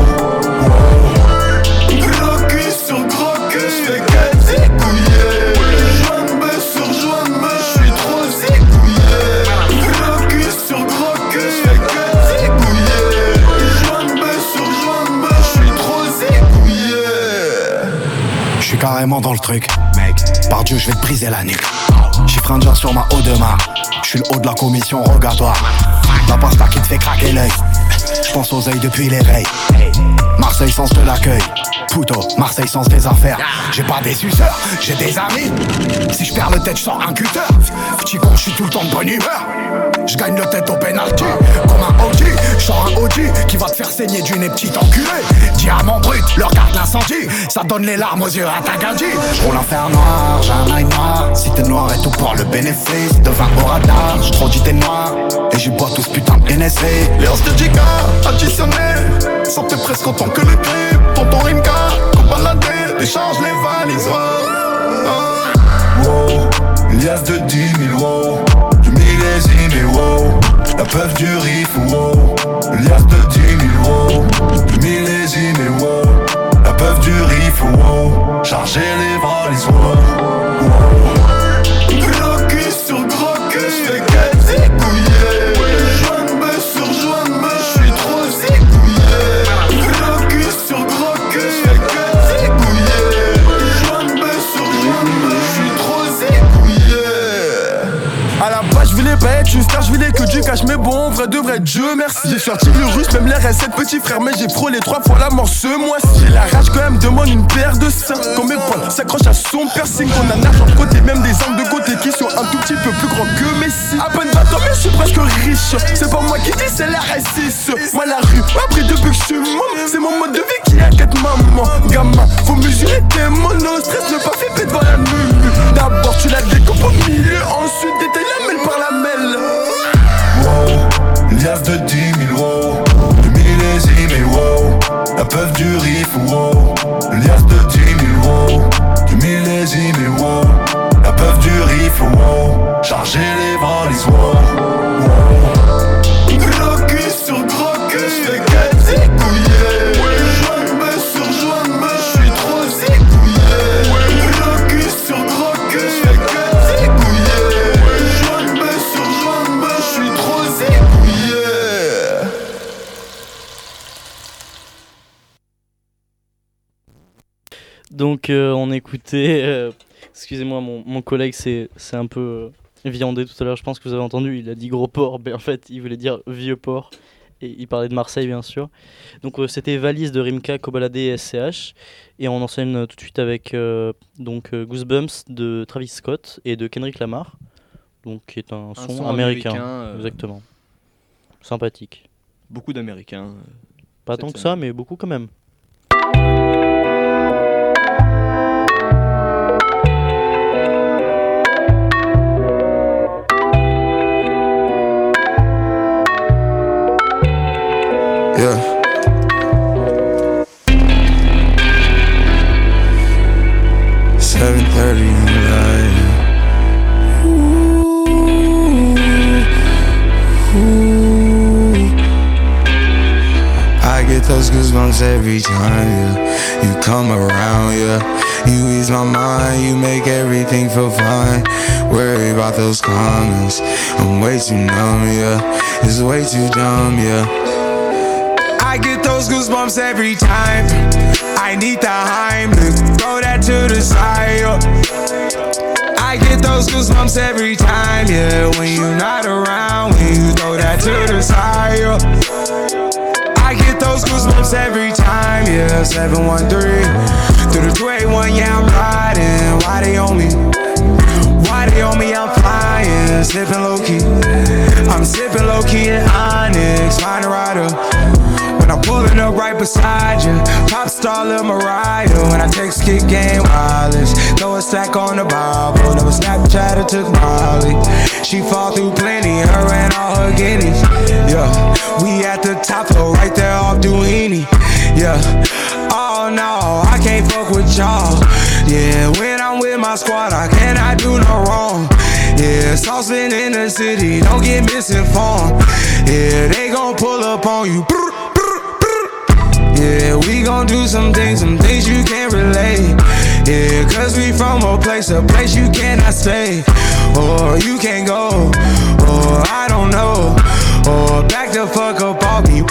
Gros cul sur gros cul. J'fais qu'à zigouiller. Joanne-me sur joanne-me. J'suis trop zigouillé. Gros cul sur gros cul. J'fais qu'à zigouiller. Joanne-me sur joanne-me. J'suis trop zigouillé. J'suis carrément dans le truc. Mec, par Dieu, j'vais te briser la nuque. Chiffre indien sur ma haut de main. J'suis le haut de la commission rogatoire. La pasta qui te fait craquer l'œil. J'pense aux œils depuis les reilles. Marseille sens de l'accueil. Puto, Marseille sens des affaires. J'ai pas des suceurs, j'ai des amis. Si j'perds le tête, j'sors un cutter. Petit con, j'suis tout le temps de bonne humeur. J'gagne le tête au penalty. Comme un OG, j'sors un OG qui va te faire faire saigner du nez petite enculée. Diamant brut, leur garde l'incendie. Ça donne les larmes aux yeux à ta gadji. J'roule un fer noir, j'ai un œil noir. Si t'es noir et tout pour le bénéfice de 20 au radar, j'trondis t'es noir et j'y bois tout ce putain de NSV. Les os de Giga, additionnés. Sentais presque autant que le clip. Tonton Rimka, qu'on baladait. Décharge les valises, wow, liasse de 10 000, wow. Du millésime et wow. La peuf du riff, wow. Liasse de 10 000, wow. Du millésime et wow. La peuf du riff, wow. Charger les valises, wow. Gros cul sur gros cul, j'fais qu'être zigouillé. Joanne-me sur joanne-me, j'suis trop zigouillé. Gros cul sur gros cul, j'fais qu'être zigouillé. Joanne-me sur joanne-me, j'suis trop zigouillé. À la base j'voulais pas être une star, j'voulais que du cash, mais bon, vrai de vrai, Dieu merci. J'ai sorti le russe, même les R7 petits frères, mais j'ai frôlé 3 fois la mort ce mois-ci. J'ai la rage quand même, demande une paire de seins. Quand mes poils s'accrochent à son piercing, qu'on a un argent de côté, même des angles de côté qui sont un tout petit peu plus grands que Messi. À peine battant, mais je suis presque riche. C'est pas moi qui dis, c'est la R6. Moi la rue, après depuis que je suis môme, c'est mon mode de vie qui inquiète maman. Gamin, faut mesurer tes monos, stress ne pas flipper devant la mule. D'abord tu la découpes au milieu, ensuite détaille la mêle par la mêle. Wow, liasse de 10 000, wow. Du millésime et wow. La peuf du riff, wow. Liasse de 10 000, wow. Du millésime et wow. La peuf du riff, wow. Charger les valises, wow. Gros cul sur gros cul, j'fais qu'être zigouillé. Joanne-me sur joanne-me, j'suis trop zigouillé. Gros cul sur gros cul, j'fais qu'être zigouillé. Joanne-me sur joanne-me, j'suis trop zigouillé. Donc on écoutait, excusez-moi mon collègue c'est un peu viandé tout à l'heure, je pense que vous avez entendu, il a dit gros porc, mais en fait il voulait dire vieux porc, et il parlait de Marseille bien sûr. Donc c'était Valise de Rimka, Kobalade et SCH, et on enchaîne tout de suite avec Goosebumps de Travis Scott et de Kendrick Lamar, donc qui est un son américain exactement, sympathique. Beaucoup d'américains. Pas tant que ça, mais beaucoup quand même. Yeah. $7:30 in the night. I get those goosebumps every time, yeah. You come around, yeah. You ease my mind, you make everything feel fine. Worry about those comments, I'm way too numb, yeah. It's way too dumb, yeah. I get those goosebumps every time. I need the Heimlich, throw that to the side, yeah. I get those goosebumps every time, yeah. When you're not around, when you throw that to the side, yeah. I get those goosebumps every time, yeah. 713 through the 281, yeah, I'm riding. Why they on me? Why they on me? I'm flying, sipping low key. I'm sipping low key in Onyx, find a rider. When I'm pulling up right beside you, pop star Lil Mariah. When I text kick game wireless, throw a stack on the Bible. Never Snapchat or took Molly. She fall through plenty, her and all her guineas. Yeah, we at the top floor, right there off Duini. Yeah, oh no, I can't fuck with y'all. Yeah, when I'm with my squad, I cannot do no wrong. Yeah, saucing in the city, don't get misinformed. Yeah, they gon' pull up on you. Yeah, we gon' do some things you can't relate. Yeah, cause we from a place you cannot stay. Or you can't go, or I don't know. Or back the fuck up off me.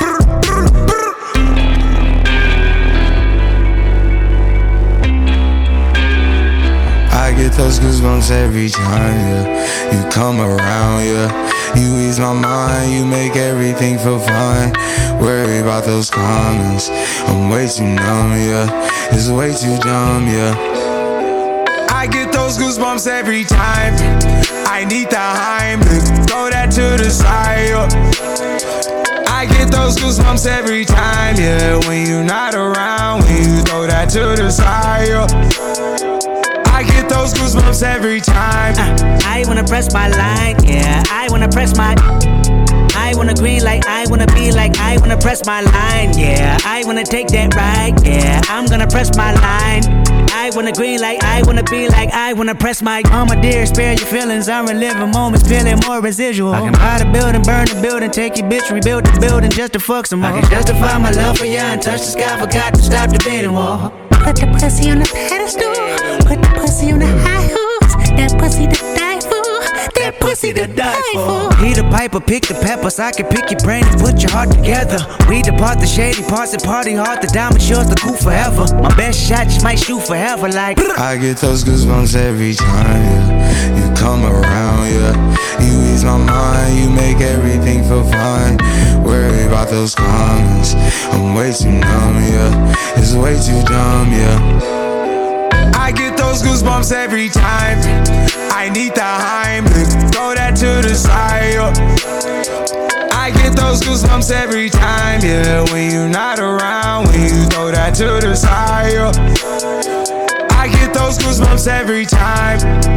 I get those goosebumps every time, yeah. You come around, yeah. You ease my mind, you make everything feel fine. Worry about those comments, I'm way too numb, yeah. It's way too dumb, yeah. I get those goosebumps every time. I need the Heimlich, throw that to the side, yeah. I get those those goosebumps every time, yeah. When you're not around, when you throw that to the side, yeah. I get those goosebumps every time. I wanna press my line, yeah. I wanna press my. I wanna green like I wanna be like I wanna press my line, yeah. I wanna take that ride, yeah. I'm gonna press my line. I wanna green like I wanna be like I wanna press my. Oh my dear, spare your feelings. I'm reliving moments, feeling more residual. I can buy the building, burn the building, take your bitch, rebuild the building just to fuck some more. I can justify my love for you and touch the sky, forgot to stop the bidding war. Put the pussy on the pedestal, put the pussy on the high horse. That pussy to die for. That pussy to die for. He the piper, pick the peppers. I can pick your brain and put your heart together. We depart the shady parts and party hard. The diamond yours the cool forever. My best shot just might shoot forever like. I get those goosebumps every time, yeah. You come around, yeah. You ease my mind, you make everything feel fine. Worry about those comments. I'm way too numb, yeah. It's way too dumb, yeah. I get those goosebumps every time. I need the Heimlich, throw that to the side, yeah. I get those goosebumps every time, yeah. When you're not around, when you throw that to the side, yeah. I get those goosebumps every time.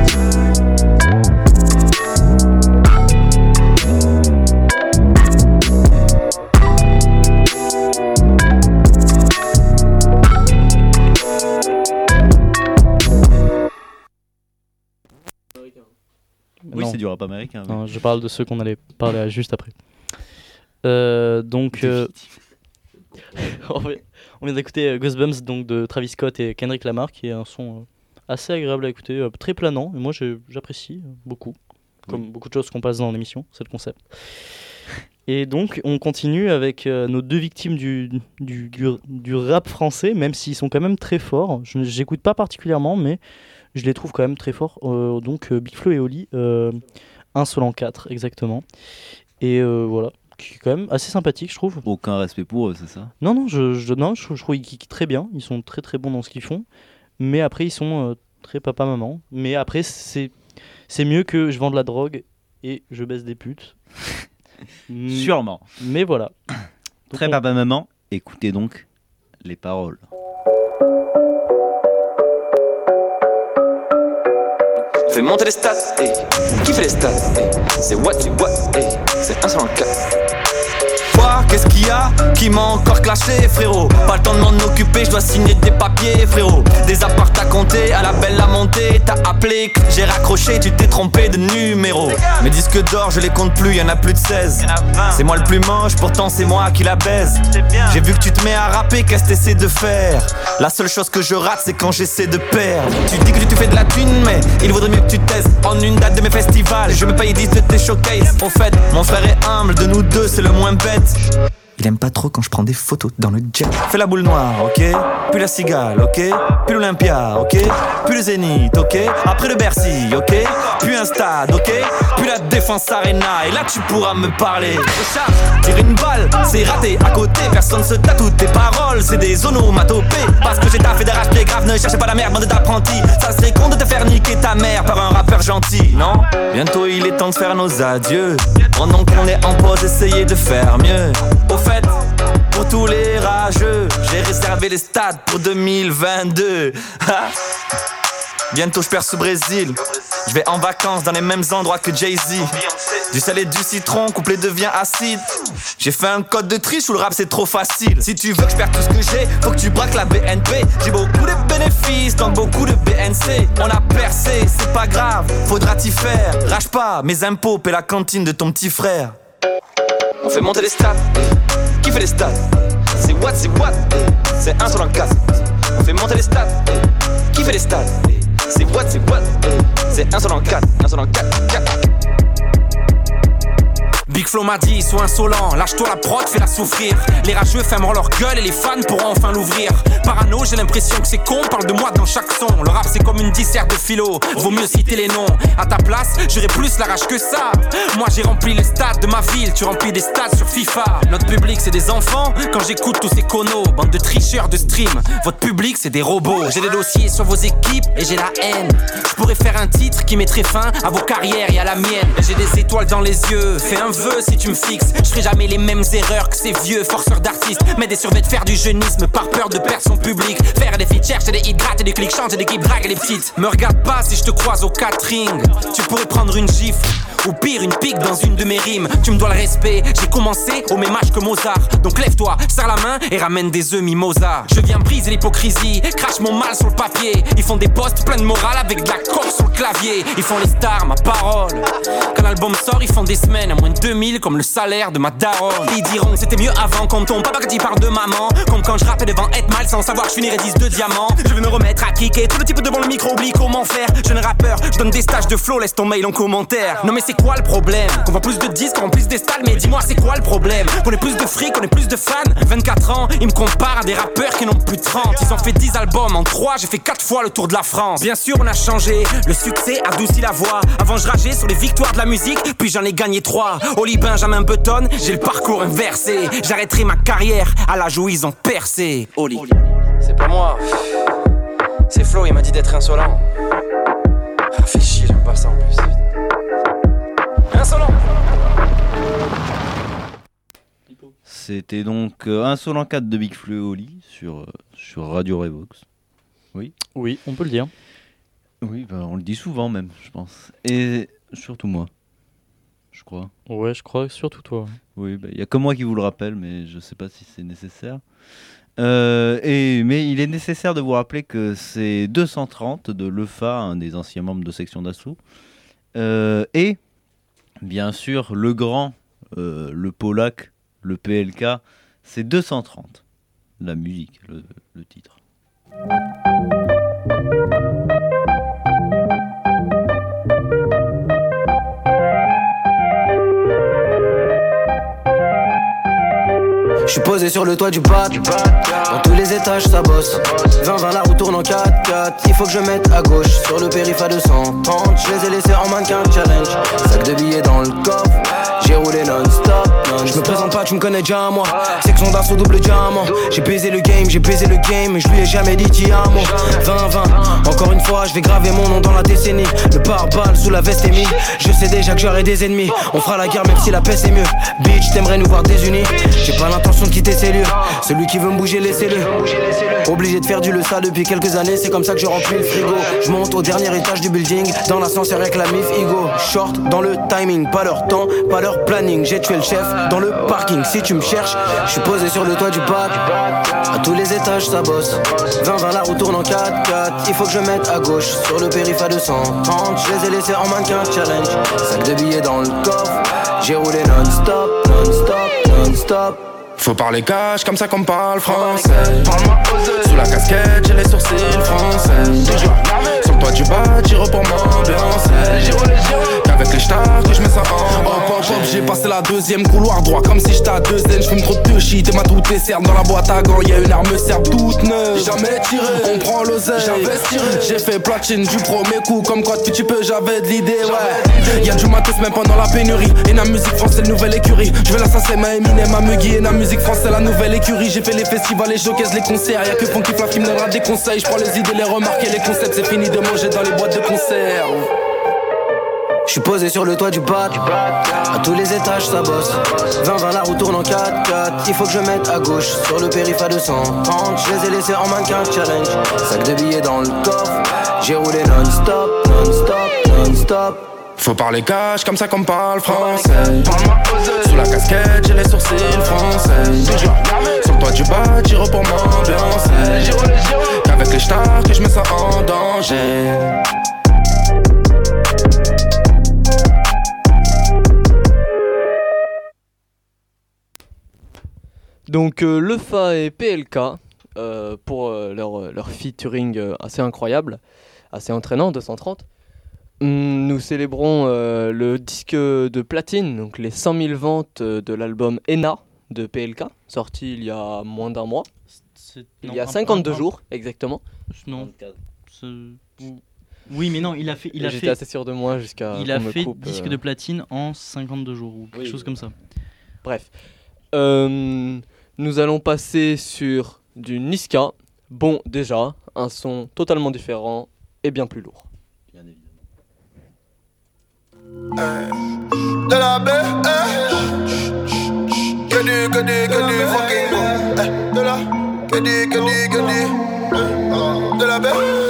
Oui, c'est du rap américain. Non, je parle de ceux qu'on allait parler juste après. Donc, on vient d'écouter Goosebumps donc, de Travis Scott et Kendrick Lamar, qui est un son assez agréable à écouter, très planant. Et moi, j'apprécie beaucoup. Comme beaucoup de choses qu'on passe dans l'émission, c'est le concept. Et donc, on continue avec nos deux victimes du rap français, même s'ils sont quand même très forts. Je n'écoute pas particulièrement, mais je les trouve quand même très forts. Donc, Big Flo et Oli, Insolent 4, exactement. Et voilà, qui est quand même assez sympathique, je trouve. Aucun respect pour eux, c'est ça ? Non, je trouve qu'ils kickent très bien. Ils sont très très bons dans ce qu'ils font. Mais après, ils sont très papa-maman. Mais après, c'est mieux que je vends de la drogue et je baisse des putes. Sûrement. Mais voilà. Très papa-maman, écoutez donc les paroles. Fais monter les stats, hey. Qui fait les stats, hey. C'est what, hey. C'est Insolent 4. Qu'est-ce qu'il y a qui m'a encore clashé, frérot? Pas le temps de m'en occuper, je dois signer des papiers, frérot. Des apparts à compter, à la belle la montée. T'as appelé, j'ai raccroché, tu t'es trompé de numéro. Mes disques d'or, je les compte plus, y'en a plus de 16. C'est moi le plus moche, pourtant c'est moi qui la baise. J'ai vu que tu te mets à rapper, qu'est-ce que t'essaies de faire? La seule chose que je rate, c'est quand j'essaie de perdre. Tu dis que tu fais de la thune, mais il vaudrait mieux que tu testes. En une date de mes festivals, je me paye 10 de tes showcases. Au fait, mon frère est humble, de nous deux, c'est le moins bête. Il aime pas trop quand je prends des photos dans le jet. Fais la boule noire, ok. Puis la cigale, ok. Puis l'Olympia, ok. Puis le Zénith, ok. Après le Bercy, ok. Puis un stade, ok. Puis la Défense Arena. Et là tu pourras me parler. Tirer une balle, c'est raté. À côté, personne se tatoue tes paroles. C'est des onomatopées. Parce que j'ai taffé d'arrache-pied grave. Ne cherchez pas la merde, bande d'apprentis. Ça serait con de te faire niquer ta mère par un rappeur gentil, non? Bientôt il est temps de faire nos adieux. Pendant qu'on est en pause, essayez de faire mieux. Au fait, pour tous les rageux, j'ai réservé les stades pour 2022. Bientôt je perce au Brésil. Je vais en vacances dans les mêmes endroits que Jay-Z. Du sel et du citron, couplé devient acide. J'ai fait un code de triche où le rap c'est trop facile. Si tu veux que je perde tout ce que j'ai, faut que tu braques la BNP. J'ai beaucoup de bénéfices dans beaucoup de BNC. On a percé, c'est pas grave, faudra t'y faire. Rage pas, mes impôts, paie la cantine de ton petit frère. On fait monter les stats, qui fait les stats? C'est what, c'est Insolent 4. On fait monter les stats, qui fait les stats? C'est what, c'est Insolent 4. Insolent 4. Big Flo m'a dit, sois insolent, lâche-toi la prod, fais-la souffrir. Les rageux fermeront leur gueule et les fans pourront enfin l'ouvrir. Parano, j'ai l'impression que c'est con, parle de moi dans chaque son. Le rap c'est comme une dissert de philo, vaut mieux citer les noms. À ta place, j'aurais plus la rage que ça. Moi j'ai rempli les stades de ma ville, tu remplis des stades sur FIFA. Notre public c'est des enfants, quand j'écoute tous ces conos. Bande de tricheurs de stream, votre public c'est des robots. J'ai des dossiers sur vos équipes et j'ai la haine. Je pourrais faire un titre qui mettrait fin à vos carrières et à la mienne. J'ai des étoiles dans les yeux, fais un vœu veux si tu me fixes. Je ferai jamais les mêmes erreurs que ces vieux forceurs d'artistes. Mais des survêtements faire du jeunisme par peur de perdre son public. Faire des feats, chercher des hits, gratter des clics, changer d'équipe, draguer les petites. Me regarde pas si je te croise au catering. Tu pourrais prendre une gifle ou pire une pique dans une de mes rimes. Tu me dois le respect, j'ai commencé au même âge que Mozart. Donc lève-toi, serre la main et ramène des œufs mimosa. Je viens briser l'hypocrisie, crache mon mal sur le papier. Ils font des posts pleins de morale avec de la coke sur le clavier. Ils font les stars, ma parole. Quand l'album sort, ils font des semaines à moins de 2000 comme le salaire de ma daronne. Ils diront que c'était mieux avant qu'on tombe, papa que tu parles de maman. Comme quand je rappais devant être mal sans savoir que je finirais 10 de diamants. Je vais me remettre à kicker, tout le type devant le micro oublie comment faire. Jeune rappeur, je donne des stages de flow, laisse ton mail en commentaire. Non mais c'est quoi le problème? Qu'on voit plus de disques, qu'on vend plus des stalles, mais dis-moi c'est quoi le problème? Qu'on ait plus de fric, qu'on ait plus de fans. 24 ans, ils me comparent à des rappeurs qui n'ont plus de 30. Ils ont fait 10 albums en 3, j'ai fait 4 fois le tour de la France. Bien sûr on a changé, le succès adoucit la voix. Avant je rageais sur les victoires de la musique, puis j'en ai gagné 3. Oli Benjamin Button, j'ai le parcours inversé. J'arrêterai ma carrière à l'âge où ils ont percé. Oli, c'est pas moi, c'est Flo, il m'a dit d'être insolent. Fais chier, j'aime pas ça en plus. Insolent. C'était donc Insolent 4 de Big Flo et Oli sur Radio Revox. Oui. Oui, on peut le dire. Oui, bah, on le dit souvent même, je pense. Et surtout moi, je crois. Ouais, je crois surtout toi. Oui, bah, y a que moi qui vous le rappelle, mais je sais pas si c'est nécessaire. Mais il est nécessaire de vous rappeler que c'est 230 de l'EFA, un des anciens membres de Section d'Assaut. Et, bien sûr, le grand, le Polac, le PLK, c'est 230. La musique, le titre. Je suis posé sur le toit du bac, dans tous les étages ça bosse. 20-20 la roue tourne en 4x4, il faut que je mette à gauche. Sur le périph' à 230, je les ai laissés en mannequin challenge. Sac de billets dans le coffre, j'ai roulé non-stop. Je me présente pas, tu me connais déjà moi. Section d'assaut double diamant. J'ai baisé le game, mais je lui ai jamais dit ti amo. 20-20, encore une fois je vais graver mon nom dans la décennie. Le pare-balles sous la veste est mis. Je sais déjà que j'aurai des ennemis. On fera la guerre même si la paix c'est mieux. Bitch, t'aimerais nous voir désunis. J'ai pas l'intention de quitter ces lieux. Celui qui veut me bouger, laissez-le. Obligé de faire du le ça depuis quelques années. C'est comme ça que je remplis le frigo. Je monte au dernier étage du building. Dans l'ascenseur avec la mif Igo. Short dans le timing, pas leur temps, pas leur planning. J'ai tué le chef dans le parking. Si tu me cherches, je suis posé sur le toit du bac. À tous les étages ça bosse. 20-20 la roue tourne en 4x4. Il faut que je mette à gauche. Sur le périph' à 230. Je les ai laissés en mannequin challenge. Sac de billets dans le coffre. J'ai roulé non-stop, non-stop, non-stop. Faut parler cash comme ça qu'on parle français. Sous la casquette, j'ai les sourcils français. Sur le toit du bas, tire pour m'ambiancer. Qu'avec les stars que je mets ça en hop, j'ai passé la deuxième couloir droit comme si j'étais à 2 N. J'fume trop de shit et ma tout est serbe. Dans la boîte à gants, y'a une arme serbe toute neuve. Jamais tiré, on prend l'oseille. J'ai fait platine du premier coup. Comme quoi tu peux, j'avais de l'idée, ouais. Y'a du matos même pendant la pénurie. Et la musique française, nouvelle écurie. Je veux l'assassin, ma Eminem, ma Muggy. Et la musique française, la nouvelle écurie. J'ai fait les festivals, les showcases, les concerts. Y'a que Funky Flav qui me donnera des conseils. J'prends les idées, les remarques et les concepts. C'est fini de manger dans les boîtes de conserve. Je suis posé sur le toit du bac. À tous les étages ça bosse. 20-20 la roue tourne en 4x4. Il faut que je mette à gauche. Sur le périph' à 230. Je les ai laissés en mannequin challenge. Sac de billets dans le coffre. J'ai roulé non-stop, non-stop, non-stop. Faut parler cash comme ça qu'on parle français. Sous la casquette, j'ai les sourcils français. Sur le toit du bas, tire pour m'ambiancer. Qu'avec les stars que je mets ça en danger. Donc Lefa et PLK pour leur featuring assez incroyable, assez entraînant, 230. Nous célébrons le disque de platine, donc les 100 000 ventes de l'album ENA de PLK, sorti il y a moins d'un mois. Il y a 52 jours, exactement. Non. Oui, mais non, il a fait. J'étais assez sûr de moi jusqu'à. Il a fait disque de platine en 52 jours ou quelque chose comme ça. Bref. Nous allons passer sur du Niska. Bon, déjà, un son totalement différent et bien plus lourd. Bien évidemment. De la baie, que du fucking de la, que du de la baie.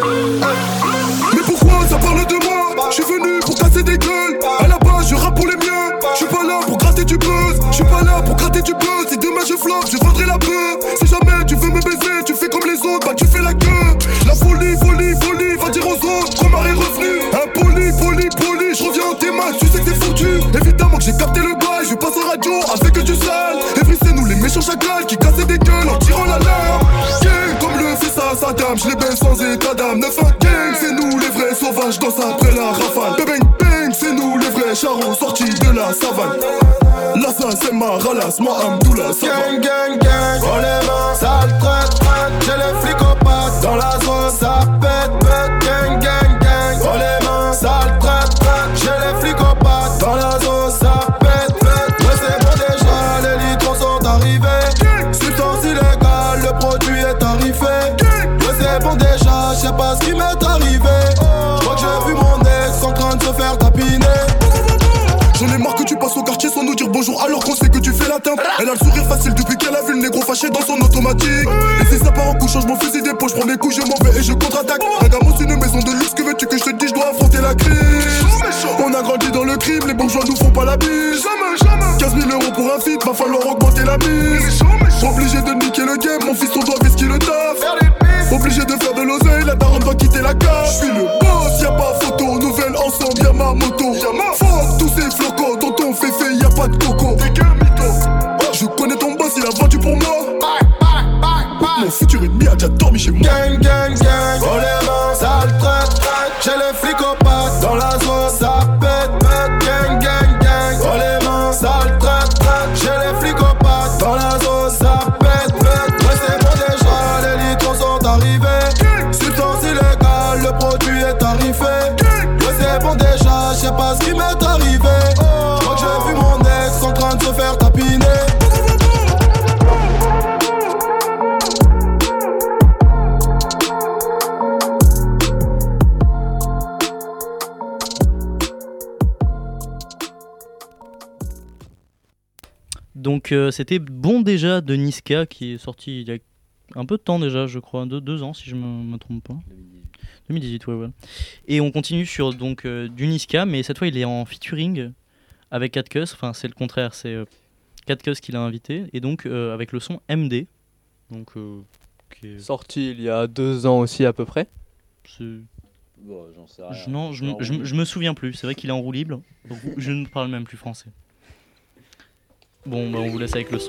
Mais pourquoi ça parle de moi? Je suis venu pour casser des gueules. À la base, je rappe pour les miens. Je suis pas là pour gratter du buzz. Je suis pas là pour gratter du buzz. Si demain je flop, je vendrai la peur. Si jamais tu veux me baiser, tu fais comme les autres, bah tu fais la queue. La folie, va dire aux autres qu'Omar est revenu. Impoli, je reviens en tes mains, tu sais que c'est foutu. Évidemment que j'ai capté le bail, je passe en radio avec du sale. Evry c'est nous les méchants chacals qui cassaient des gueules en tirant la lame. Gang comme le fils à Saddam, je les baisse sans état d'âme. 9-1 gang, c'est nous les vrais sauvages, dansent après la rafale. Bang bang, c'est nous les vrais charros sortis de la savane. Là ça c'est ma ralasse, moi Amdoula ça va. Gang, on les mains, sale traite, j'ai les flics au pattes. Dans la zone ça pète, gang, on les mains, sale traite, j'ai les flics au pattes. Dans la zone ça pète, ouais c'est bon déjà, les litres sont arrivés. Substance illégale, le produit est tarifé. Ouais c'est bon déjà, je sais pas ce qui m'est arrivé. Je crois que j'ai vu mon ex en train de se faire tapiner. J'en ai marre que tu passes au quartier sans nous dire bonjour alors qu'on sait que tu fais la teinte. Elle a le sourire facile depuis qu'elle a vu le négro fâché dans son automatique. Et si ça part en couche, je m'en fusil d'épaule, je prends mes coups, je m'en vais et je contre-attaque. Un gamin c'est une maison de luxe, que veux-tu que je te dise, je dois affronter la crise. On a grandi dans le crime, les bourgeois nous font pas la bise. 15 000 € pour un feat, va falloir augmenter la mise. Obligé de niquer le game, mon fils on doit risquer le taf. Obligé de faire de l'oseille, la daronne va quitter la cave. Je suis le boss, y'a pas photo, nouvelle ensemble, y'a ma moto. Fuck tous ces flocos, tonton féfé, y'a pas de coco. Je connais ton boss, il a vendu pour moi. Mon futur ennemi a déjà dormi chez moi. Gang, on les mains, sale traite, j'ai les flics aux pattes. Dans la zone ça pète, gang, on les mains, sale traite, j'ai les flics aux pattes. Dans la zone ça pète, ouais c'est bon déjà, les litres sont arrivés. Substance illégale, le produit est tarifé. Ouais c'est bon déjà, je sais pas ce qui m'est arrivé. Je crois que j'ai vu mon ex en train de se faire tapiner. Donc c'était Bon Déjà de Niska qui est sorti il y a un peu de temps déjà, je crois, 2 ans si je me trompe pas. 2018, ouais. Et on continue sur donc du Niska, mais cette fois il est en featuring avec Catcus, enfin c'est le contraire, c'est Catcus qui l'a invité, et donc avec le son MD. Donc, qui est... sorti il y a 2 ans aussi à peu près. Bon, j'en sais rien. Non, je me souviens plus, c'est vrai qu'il est en roue libre, donc je ne parle même plus français. Bon, bah on vous laisse avec le son.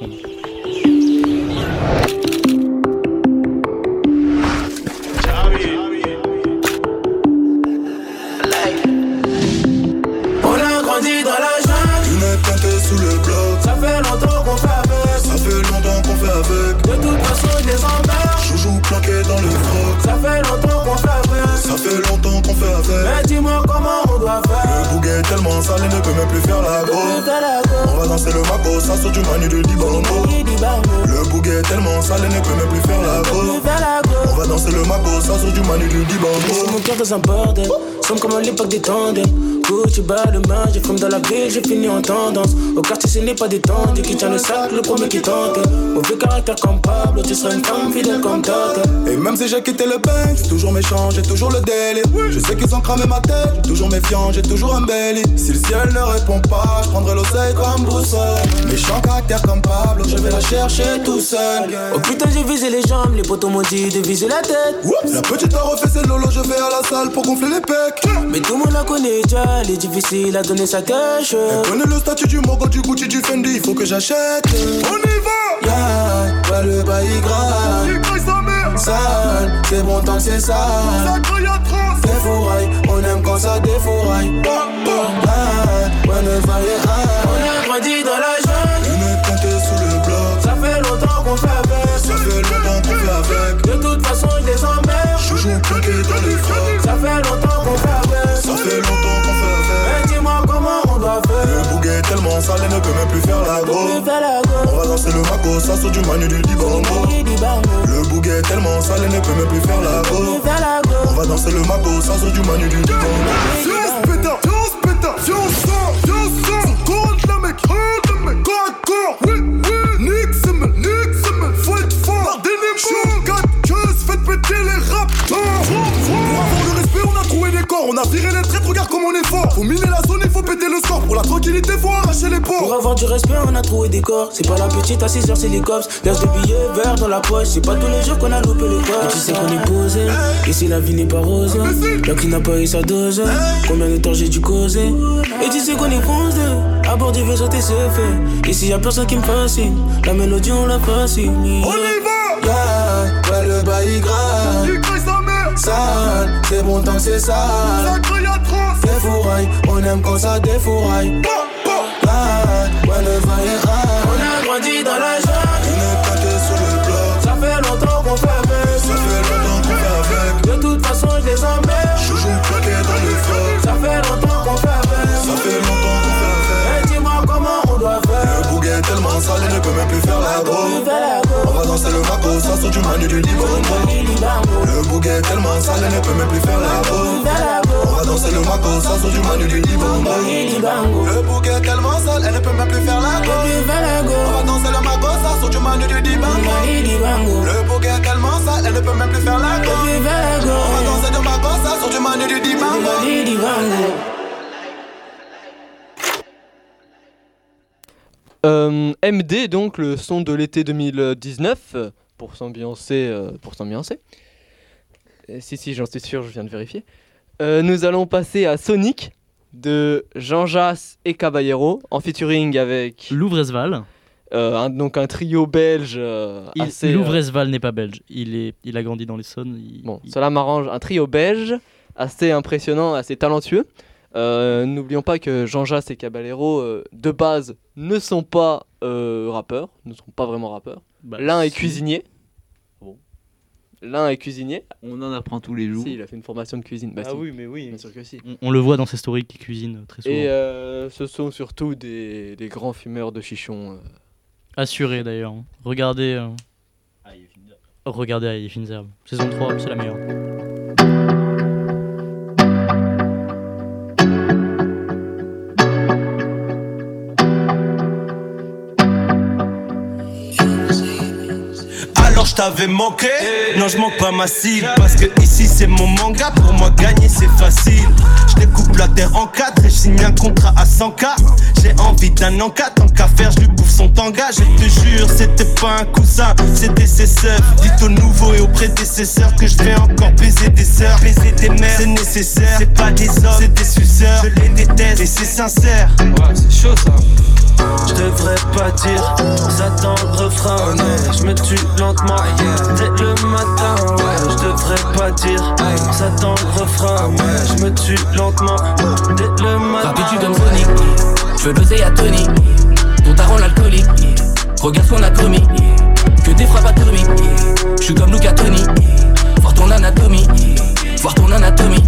On a grandi dans la jungle. Une teintée sous le bloc. Ça fait longtemps qu'on fait avec. Ça fait longtemps qu'on fait avec. De toute façon, je les emmerde. Joujou planqué dans le froc. Ça fait longtemps qu'on fait avec. Ça fait longtemps qu'on fait avec. Mais dis-moi comment on doit faire. Le bouquet est tellement sale, il ne peut même plus faire la go. On va danser le maco, ça sort du manu de Dibango. Le bouquet est tellement sale, il ne peut même plus faire la go. On va danser le maco, ça sort du manu de Dibango. C'est mon cœur dans un bordel. Somme comme à l'époque des tandems. Gucci bas de main, j'ai comme dans la ville, j'ai fini en tendance. Au quartier ce n'est pas détendu, qui tient le sac, le premier qui tente. Mauvais caractère comme Pablo, tu seras une femme fidèle comme Tante. Et même si j'ai quitté le bank, j'ai toujours méchant, j'ai toujours le délai. Je sais qu'ils ont cramé ma tête, j'ai toujours méfiant, j'ai toujours un belly. Si le ciel ne répond pas, je prendrai l'oseille comme boussole. Méchant caractère comme Pablo, je vais la chercher tout seul. Oh putain j'ai visé les jambes, les potos m'ont dit de viser la tête. La petite a refait ses lolos, je vais à la salle pour gonfler les pecs. Mais tout le monde la connaît déjà, elle est difficile à donner sa cache. Elle connaît le statut du Mogo, du Gucci, du Fendi, il faut que j'achète. On y va! Yeah, ouais le bail grave. Il crache sa mère. Sale, c'est bon tant que c'est sale. Ça croye atroce. Défouraille, on aime quand ça défouraille. Ouais ne fallait rien. On a grandi dans la jungle. Une teintée sous le bloc. Ça fait longtemps qu'on fait avec. Ça fait longtemps qu'on fait avec. De toute façon je les emmerde. Joujou planqué dans les frocs. Ça fait longtemps qu'on fait avec. Ça fait longtemps qu'on fait avec. Mais dis-moi comment on doit faire. Le bouquet est tellement sale, il ne peut même plus faire la go. On va danser le maco, ça sort du manu du Dibango. Le bouquet est tellement sale, il ne peut même plus faire la go. On va danser le maco, ça sort du manu du Dibango. pétard. Viens on sort, son corps de la mec, corps à corps, oui, nique semaine, faut être fort, chaud, 4 queues, faites péter les raptors. Pour avoir le respect, on a trouvé des corps, on a viré les traîtres, regarde comme on est fort. Faut miner la zone, il faut péter le score, pour la tranquillité, faut arracher les ports. Pour avoir du respect, on a trouvé des corps, c'est pas la petite à 6h, c'est les cops. Lâche des billets verts dans la poche, c'est pas tous les jours qu'on a loupé les corps. Et tu sais qu'on est posé, ici la vie n'est pas rose, la qui n'a pas eu sa dose, combien de temps j'ai dû causer. Et tu sais qu'on est foncé, à bord du vaisseau t'es fait. Ici y'a personne qui me fascine, la mélodie on la fascine. On y va! Yeah, ouais le bail grave. Il crache sa mère! Sale, c'est bon tant que c'est sale. Ça crie atroce! Défouraille, on aime quand ça défouraille. Ouais le bail est grave. On a grandi dans la jungle. On est planté sur le bloc. Ça fait longtemps qu'on fait avec. Ça fait longtemps qu'on fait avec. De toute façon je les emmerde. Chouchou plaqué dans le feu. Ça fait longtemps qu'on fait avec. Ça fait longtemps qu'on fait avec. Et dis-moi comment on doit faire. Le bouquet est tellement sale, il ne peut même plus faire la go. On va danser le maco, ça sort du manu du Libongo. Le bouquet est tellement sale, il ne peut même plus faire la go. On va danser le maco, ça sort du manu du Libongo. Le bouquet est tellement sale, elle ne peut même plus faire la go. On va danser le maco, ça sort du manu du Libongo. Le bouquet est tellement sale, elle ne peut même plus faire la go. On va danser le maco, ça sort du manu du Libongo. MD, donc le son de l'été 2019, pour s'ambiancer. Si, j'en suis sûr, je viens de vérifier. Nous allons passer à Sonic de Jean Jass et Caballero en featuring avec Louvrezval. Donc un trio belge assez... Louvrezval n'est pas belge, il a grandi dans l'Essonne. Cela m'arrange, un trio belge assez impressionnant, assez talentueux. N'oublions pas que Jean Jass et Caballero de base ne sont pas rappeurs, ne sont pas vraiment rappeurs. L'un est cuisinier. L'un est cuisinier. On en apprend tous les jours. Si, il a fait une formation de cuisine. Oui, mais oui. Bien sûr que si. On le voit dans ses stories qui cuisine très souvent. Et ce sont surtout des grands fumeurs de chichons. Assurés d'ailleurs. Regardez Aïe Finzerbe. Saison 3, c'est la meilleure. Alors je t'avais manqué, non je manque pas ma cible. Parce que ici c'est mon manga, pour moi gagner c'est facile. Je découpe la terre en 4 et je signe un contrat à 100K. J'ai envie d'un encas, tant qu'à faire je lui bouffe son tanga. Je te jure c'était pas un cousin, c'était ses sœurs. Dites aux nouveaux et aux prédécesseurs que je vais encore baiser des sœurs. Baiser des mères, c'est nécessaire, c'est pas des hommes, c'est des suceurs. Je les déteste et c'est sincère. Ouais c'est chaud ça. Je devrais pas dire, j'attends le refrain. Je me tue lentement, dès le matin. Ouais, je devrais pas dire, j'attends le refrain. Je me tue lentement, dès le matin. Rapide comme Sonic, je veux l'oseille à Tony. Ton daron l'alcoolique, regarde ce qu'on a commis. Que des frappes atomiques, je suis comme Luca Tony. Voir ton anatomie, voir ton anatomie.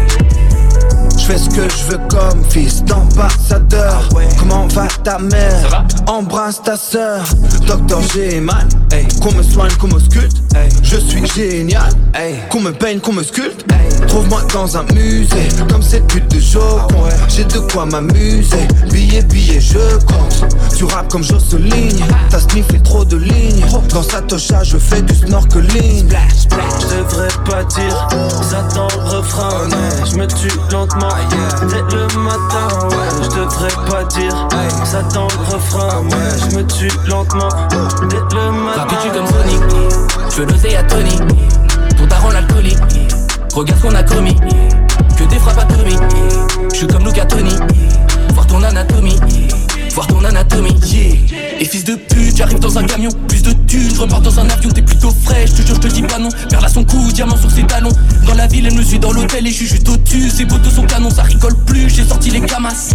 Je fais ce que je veux comme fils d'ambassadeur. Comment va ta mère? Embrasse ta sœur. Docteur j'ai mal, qu'on me soigne, qu'on me sculpte. Je suis génial, qu'on me peigne, qu'on me sculpte. Trouve-moi dans un musée, comme cette pute de Joconde. J'ai de quoi m'amuser, billet, je compte. Tu rappes comme Jocelyne, t'as snifflé trop de lignes. Dans Satocha je fais du snorkeling. Je devrais pas dire, j'attends le refrain. Je me tue lentement, dès le matin. Ouais, je devrais pas dire, j'attends le refrain. Je me tue lentement, dès le matin. Rapide comme Sonic, je veux l'oseille à Tony. Ton daron l'alcoolique, regarde ce qu'on a commis. Que des frappes atomiques, je suis comme Luca Tony. Voir ton anatomie, voir ton anatomie. Et fils de pute, j'arrive dans un camion. Plus de thunes, je repars dans un avion. T'es plutôt frais, je te jure, je te dis pas non. Perle à son cou, diamant sur ses talons. Dans la ville, elle me suit dans l'hôtel et je suis juste au-dessus. Ses potos sont canons, ça rigole plus. J'ai sorti les camas,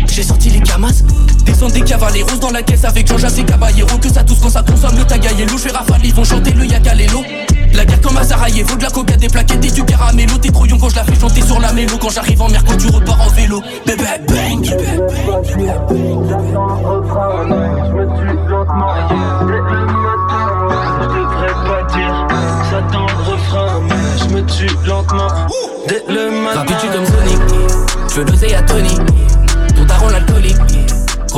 Descends des cavaleros dans la caisse avec Jean Jass et Caballero. Que ça tous quand ça consomme le tagayello. Je fais rafale, ils vont chanter le yakalelo. La guerre comme à Sarajevo, de la coca, des plaquettes et du caramelo. T'es trop young quand je la fais chanter sur la mélo. Quand j'arrive en mer, quand tu repars en vélo. Bébé bang. Je me tue lentement, dès le matin. Je devrais pas dire, j'attends le refrain. Je me tue lentement, dès le matin. Rapide comme Sonic, je veux l'oseille à Tony.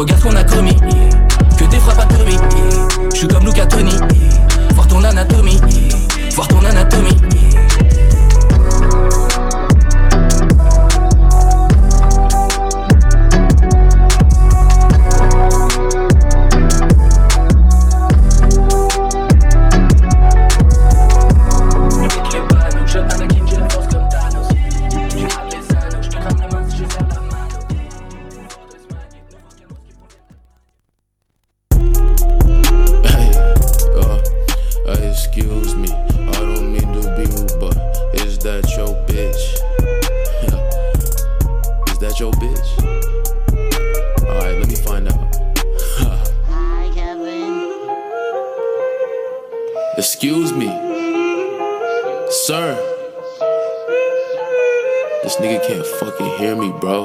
Regarde ce qu'on a commis, que des frappes atomiques. Je suis comme Luca Toni, voir ton anatomie, voir ton anatomie. Excuse me, I don't mean to be rude, but is that your bitch? Is that your bitch? Alright, let me find out. Hi, Kevin. Excuse me, sir. This nigga can't fucking hear me, bro.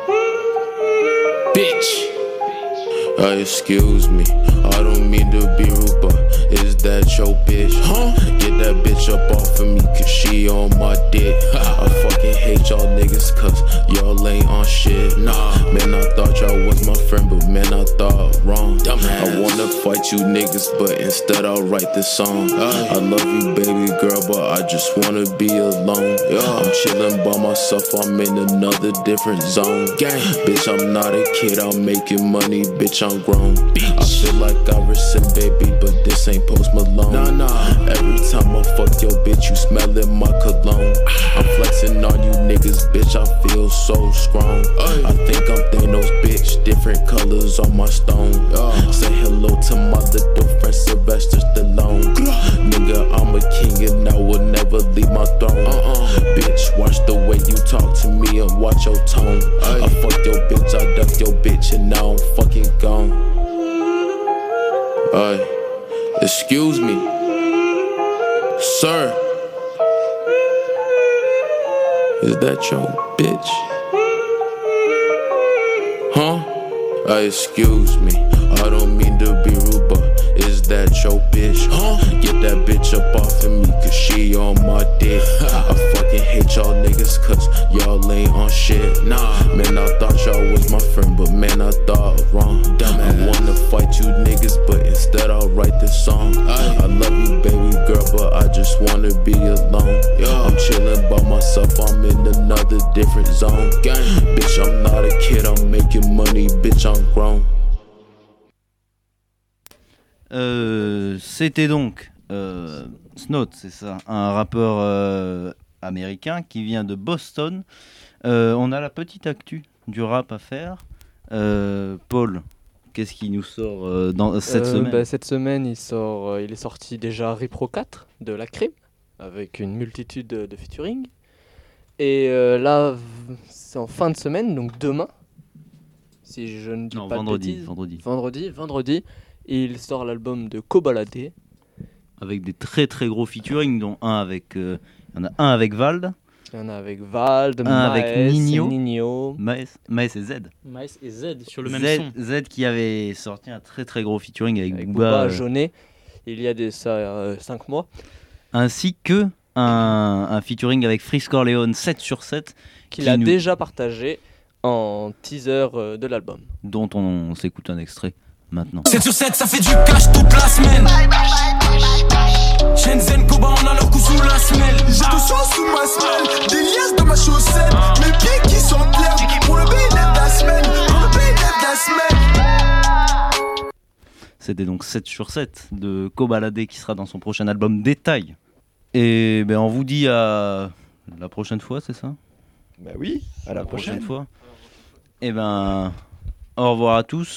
Bitch. Excuse me, I don't mean to be rude, but is that your bitch? Huh? Get that bitch up off of me, cause she on my dick. I fucking hate y'all niggas, cause y'all ain't on shit. Nah, man, I thought y'all was my friend, but man, I thought wrong. I wanna fight you niggas, but instead I'll write this song. I love you, baby girl, but I just wanna be alone. I'm chillin' by myself, I'm in another different zone. Bitch, I'm not a kid, I'm making money, bitch, I'm grown. I feel like Iverson, baby, but this ain't Post Malone. Every time I fuck your bitch, you smellin' my cologne. I'm flexing on you niggas, bitch, I feel so strong. I think I'm Thanos, bitch, different colors on my stone. Say hello to my little friend Sylvester Stallone. Nigga, I'm a king and I will never leave my throne. Bitch, watch the way you talk to me and watch your tone. I fuck your bitch, I duck your bitch, and now I'm fucking gone. Excuse me, sir. Is that your bitch? Huh? Excuse me, I don't mean to be rude, but is that your bitch? Huh? Get that bitch up off of me, cause she on my dick. I fucking hate y'all niggas, cause y'all ain't on shit. Nah, man, I thought y'all was my friend, but man, I thought wrong. I wanna fight you niggas, but instead I'll write this song. I love you, baby girl, but I just wanna be alone. I'm chillin' by myself, I'm in another different zone. Bitch, I'm not a kid, I'm making money, bitch, I'm grown. C'était donc Snot, c'est ça, un rappeur américain qui vient de Boston. On a la petite actu du rap à faire. Paul, qu'est-ce qui nous sort dans cette semaine? Cette semaine, il est sorti déjà Repro 4 de La Crime, avec une multitude de featuring. Et là, c'est en fin de semaine, donc demain, si je ne dis pas vendredi, de bêtises. Vendredi, il sort l'album de Kobalade. Avec des très très gros featuring, dont un avec, il y en a un avec Vald. Il y en a avec Vald, un avec Nino. Maes et Z. Maes et Z sur le même son. Z qui avait sorti un très très gros featuring avec Booba Jaunet, il y a 5 mois. Ainsi que un featuring avec Freeze Corleone 7/7 qu'il a déjà partagé en teaser de l'album. Dont on s'écoute un extrait maintenant. 7/7, ça fait du cash toute la semaine. Shenzhen, Koba, on a leur coup sous la semelle. J'ai tout ça sous ma semelle, des liasses dans ma chaussette, mes pieds qui sont clairs. Pour le BNF de la semaine, pour le BNF de la semaine. C'était donc 7/7 de Kobalade qui sera dans son prochain album Détail. Et ben on vous dit à la prochaine fois, c'est ça? Bah oui, à la prochaine fois. Et ben au revoir à tous.